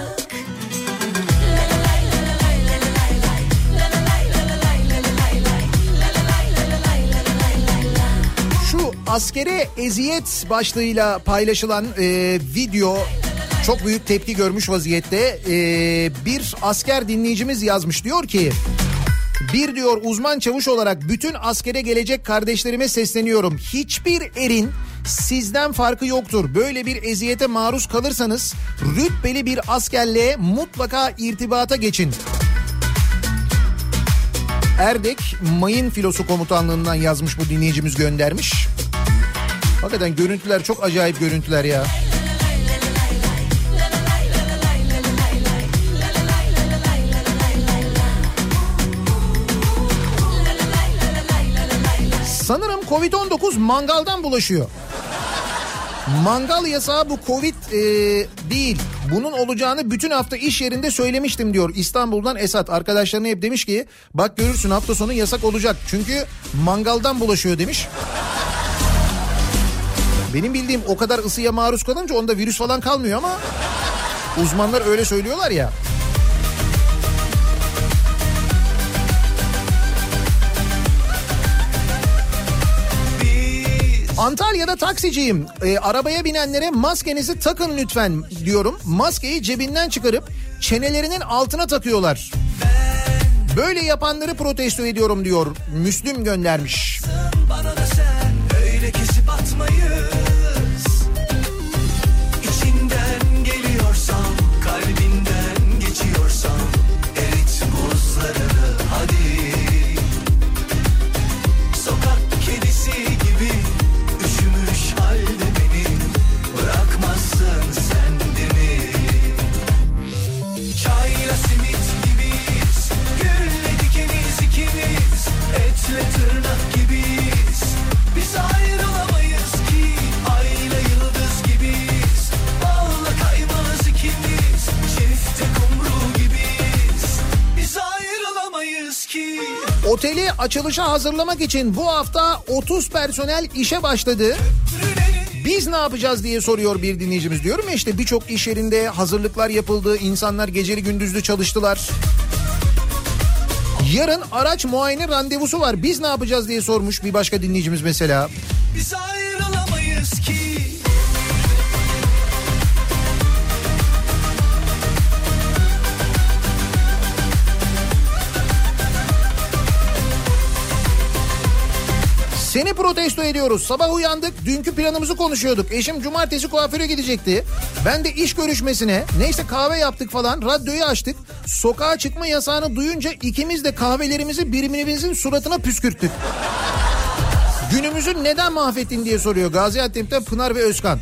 Askere eziyet başlığıyla paylaşılan video çok büyük tepki görmüş vaziyette. Bir asker dinleyicimiz yazmış, diyor ki: bir diyor uzman çavuş olarak bütün askere gelecek kardeşlerime sesleniyorum. Hiçbir erin sizden farkı yoktur. Böyle bir eziyete maruz kalırsanız rütbeli bir askerle mutlaka irtibata geçin. Erdek Mayın Filosu Komutanlığı'ndan yazmış, bu dinleyicimiz göndermiş. Hakikaten görüntüler çok acayip görüntüler ya. Sanırım Covid-19 mangaldan bulaşıyor. Mangal yasağı bu Covid değil. Bunun olacağını bütün hafta iş yerinde söylemiştim, diyor İstanbul'dan Esat. Arkadaşlarına hep demiş ki bak görürsün hafta sonu yasak olacak. Çünkü mangaldan bulaşıyor demiş. Benim bildiğim o kadar ısıya maruz kalınca onda virüs falan kalmıyor ama uzmanlar öyle söylüyorlar ya. Antalya'da taksiciyim. Arabaya binenlere maskenizi takın lütfen diyorum. Maskeyi cebinden çıkarıp çenelerinin altına takıyorlar. Böyle yapanları protesto ediyorum, diyor. Müslüm göndermiş. Bana da sen öyle kesip atmayız. İçinden geliyorsam, kalbinden geçiyorsam, erit buzlarını hadi. Sokak kedisi gibi üşümüş halde beni bırakmazsın sen de mi? Çayla simit gibiyiz, gülle dikeniz ikimiz, etle tırnak gibiyiz. Biz ayrılamayız ki, ayla yıldız gibiyiz. Balla kaymaz ikimiz, çifte kumru gibiyiz. Biz ayrılamayız ki. Oteli açılışa hazırlamak için bu hafta 30 personel işe başladı. Biz ne yapacağız diye soruyor bir dinleyicimiz. Diyorum ya işte birçok iş yerinde hazırlıklar yapıldı. İnsanlar geceli gündüzlü çalıştılar. Yarın araç muayene randevusu var. Biz ne yapacağız diye sormuş bir başka dinleyicimiz mesela. Biz ayrılamayız ki. Seni protesto ediyoruz. Sabah uyandık, dünkü planımızı konuşuyorduk. Eşim cumartesi kuaföre gidecekti. Ben de iş görüşmesine, neyse kahve yaptık falan, radyoyu açtık. Sokağa çıkma yasağını duyunca ikimiz de kahvelerimizi birbirimizin suratına püskürttük. Günümüzü neden mahvettin diye soruyor Gaziantep'ten Pınar ve Özkan.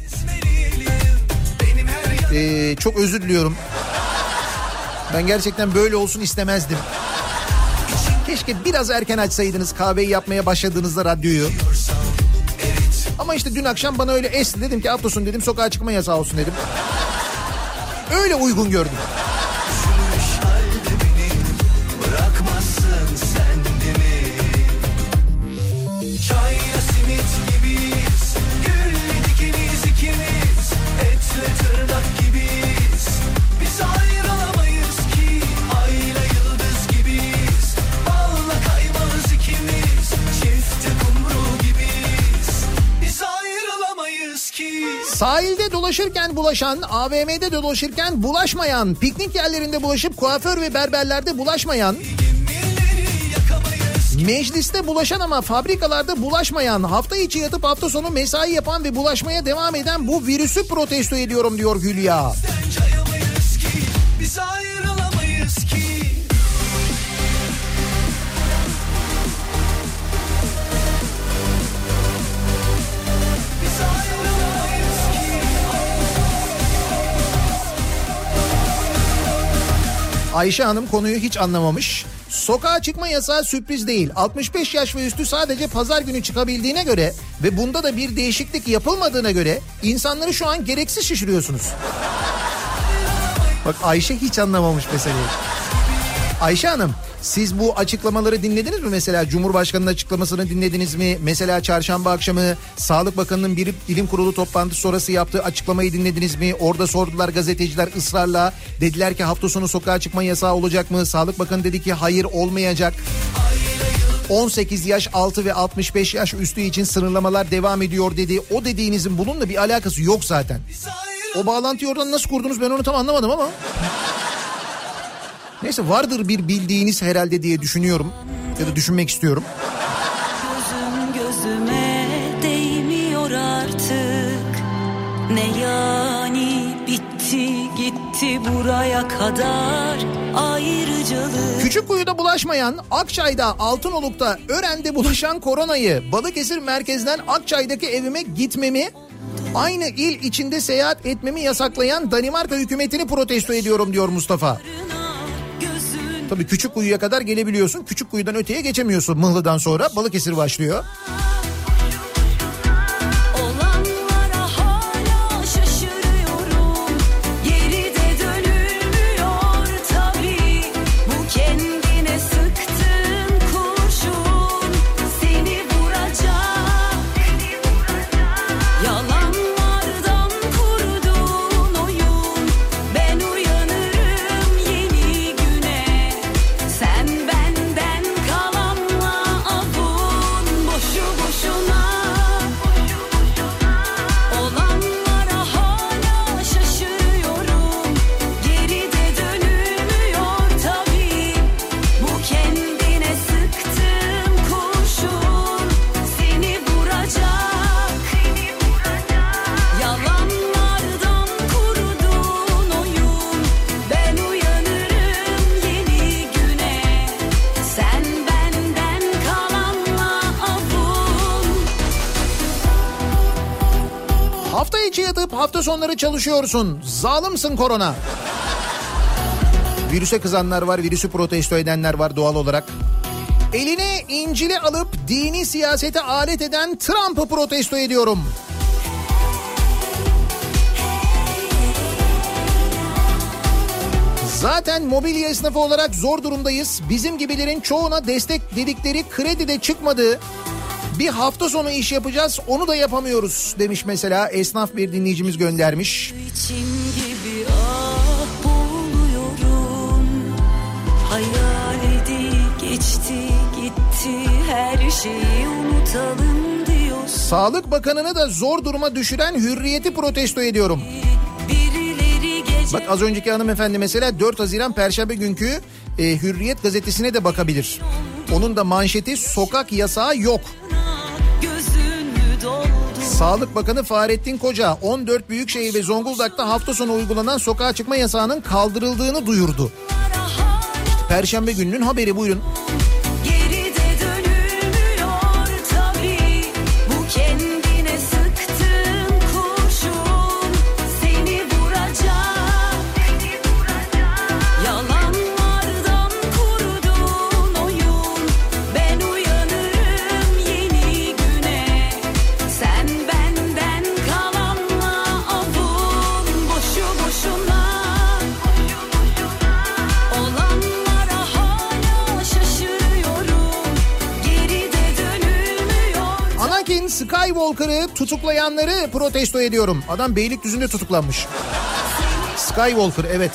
Çok özür diliyorum. Ben gerçekten böyle olsun istemezdim. Keşke biraz erken açsaydınız kahveyi yapmaya başladığınızda radyoyu. Ama işte dün akşam bana öyle esti, dedim ki hafta sonu dedim sokağa çıkma yasağı olsun dedim. Öyle uygun gördüm. Çayla simit gibiyiz, gülle dikeniz ikimiz, etle tırnak gibiyiz. Biz ayrılamayız ki, ayla yıldız gibiyiz. Balla kaymaz ikimiz, çifte kumru gibiyiz. Biz ayrılamayız ki. Sahilde dolaşırken bulaşan, AVM'de dolaşırken bulaşmayan, piknik yerlerinde bulaşıp kuaför ve berberlerde bulaşmayan, Mecliste bulaşan ama fabrikalarda bulaşmayan, hafta içi yatıp hafta sonu mesai yapan ve bulaşmaya devam eden bu virüsü protesto ediyorum diyor Hülya. Biz ayrılamayız ki. Ayşe Hanım konuyu hiç anlamamış. Sokağa çıkma yasağı sürpriz değil. 65 yaş ve üstü sadece pazar günü çıkabildiğine göre ve bunda da bir değişiklik yapılmadığına göre insanları şu an gereksiz şişiriyorsunuz. Bak Ayşe hiç anlamamış meseleyi. Ayşe Hanım, siz bu açıklamaları dinlediniz mi? Mesela Cumhurbaşkanı'nın açıklamasını dinlediniz mi? Mesela çarşamba akşamı Sağlık Bakanı'nın bir bilim kurulu toplantısı sonrası yaptığı açıklamayı dinlediniz mi? Orada sordular gazeteciler ısrarla. Dediler ki hafta sonu sokağa çıkma yasağı olacak mı? Sağlık Bakanı dedi ki hayır olmayacak. 18 yaş altı ve 65 yaş üstü için sınırlamalar devam ediyor dedi. O dediğinizin bununla bir alakası yok zaten. O bağlantıyı oradan nasıl kurdunuz ben onu tam anlamadım ama... Neyse vardır bir bildiğiniz herhalde diye düşünüyorum ya da düşünmek istiyorum. Gözüm gözüme değmiyor artık. Ne yani bitti gitti buraya kadar ayrıcalık. Küçükkuyu'da bulaşmayan, Akçay'da, Altınoluk'ta, Ören'de bulaşan koronayı Balıkesir merkezden Akçay'daki evime gitmemi, aynı il içinde seyahat etmemi yasaklayan Danimarka hükümetini protesto ediyorum diyor Mustafa. Tabii Küçükkuyu'ya kadar gelebiliyorsun. Küçükkuyu'dan öteye geçemiyorsun Mıhlı'dan sonra. Balıkesir başlıyor. Hafta sonları çalışıyorsun. Zalimsin korona. Virüse kızanlar var, virüsü protesto edenler var doğal olarak. Eline İncil'i alıp dini siyasete alet eden Trump'ı protesto ediyorum. Zaten mobilya esnafı olarak zor durumdayız. Bizim gibilerin çoğuna destek dedikleri kredi de çıkmadı. Bir hafta sonu iş yapacağız, onu da yapamıyoruz demiş mesela esnaf bir dinleyicimiz göndermiş. İçim gibi ah boğuluyorum. Hayaleti geçti gitti her şeyi unutalım diyor. Sağlık Bakanı'nı da zor duruma düşüren Hürriyet'i protesto ediyorum. Bak az önceki hanımefendi mesela 4 Haziran Perşembe günkü Hürriyet gazetesine de bakabilir. Onun da manşeti sokak yasağı yok. Sağlık Bakanı Fahrettin Koca 14 büyükşehir ve Zonguldak'ta hafta sonu uygulanan sokağa çıkma yasağının kaldırıldığını duyurdu. Perşembe gününün haberi, buyurun. Skywalker'ı tutuklayanları protesto ediyorum. Adam Beylikdüzü'nde tutuklanmış. Skywalker, evet.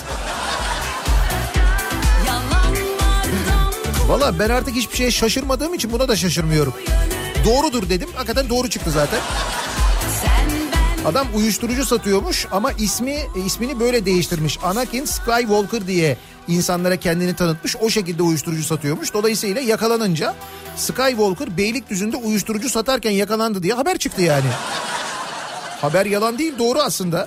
Valla ben artık hiçbir şeye şaşırmadığım için buna da şaşırmıyorum. Doğrudur dedim. Hakikaten doğru çıktı zaten. Adam uyuşturucu satıyormuş ama ismini böyle değiştirmiş. Anakin Skywalker diye insanlara kendini tanıtmış. O şekilde uyuşturucu satıyormuş. Dolayısıyla yakalanınca Skywalker Beylikdüzü'nde uyuşturucu satarken yakalandı diye haber çıktı yani. Haber yalan değil, doğru aslında.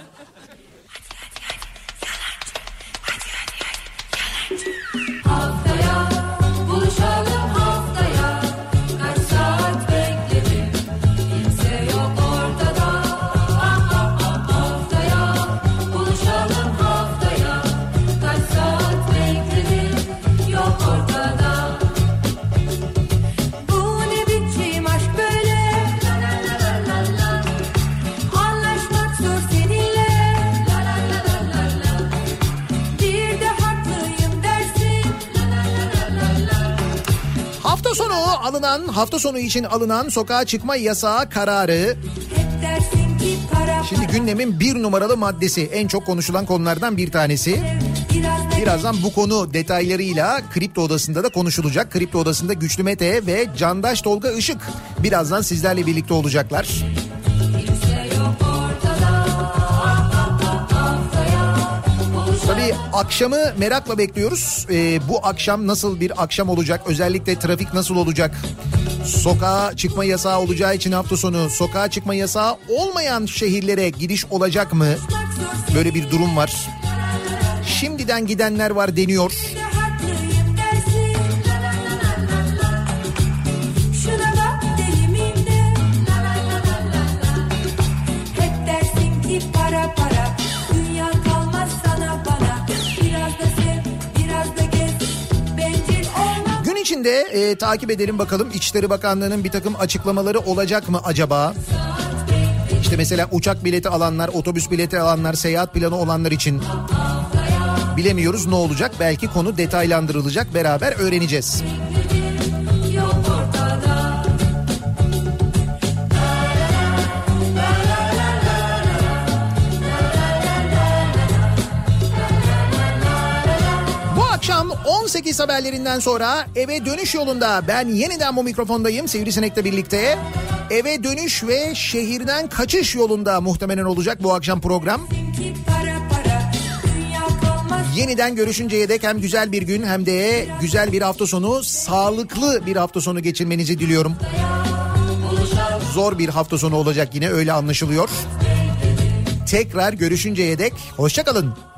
Haftaya buluşalım haftaya. Kaç saat bekledim, kimse yok ortada. Haftaya buluşalım haftaya. Kaç saat bekledim, yok ortada. Bu ne biçim aşk böyle? La la la la la. Anlaşmak zor seninle. La la la la la. Bir de haklıyım dersin. Hafta sonu için alınan sokağa çıkma yasağı kararı. Dersin ki para Şimdi gündemin 1 numaralı maddesi, en çok konuşulan konulardan bir tanesi. Birazdan bu konu detaylarıyla Kripto Odası'nda da konuşulacak. Kripto Odası'nda Güçlü Mete ve Candaş Tolga Işık birazdan sizlerle birlikte olacaklar. Tabii akşamı merakla bekliyoruz. Bu akşam nasıl bir akşam olacak? Özellikle trafik nasıl olacak? Sokağa çıkma yasağı olacağı için hafta sonu sokağa çıkma yasağı olmayan şehirlere gidiş olacak mı? Böyle bir durum var. Şimdiden gidenler var deniyor. şuna bak deli miyim de. Hep dersin ki para para. Dünya kalmaz sana bana. Biraz da sev, biraz da gez. Bencil olma. Gün içinde takip edelim bakalım, İçişleri Bakanlığı'nın bir takım açıklamaları olacak mı acaba? İşte mesela uçak bileti alanlar, otobüs bileti alanlar, seyahat planı olanlar için bilemiyoruz ne olacak. Belki konu detaylandırılacak, beraber öğreneceğiz. Yok ortada. Bu akşam 18 haberlerinden sonra eve dönüş yolunda ben yeniden bu mikrofondayım Sivrisinek'le birlikte. Eve dönüş ve şehirden kaçış yolunda muhtemelen olacak bu akşam program. Yeniden görüşünceye dek hem güzel bir gün hem de güzel bir hafta sonu, sağlıklı bir hafta sonu geçirmenizi diliyorum. Zor bir hafta sonu olacak yine, öyle anlaşılıyor. Tekrar görüşünceye dek hoşça kalın.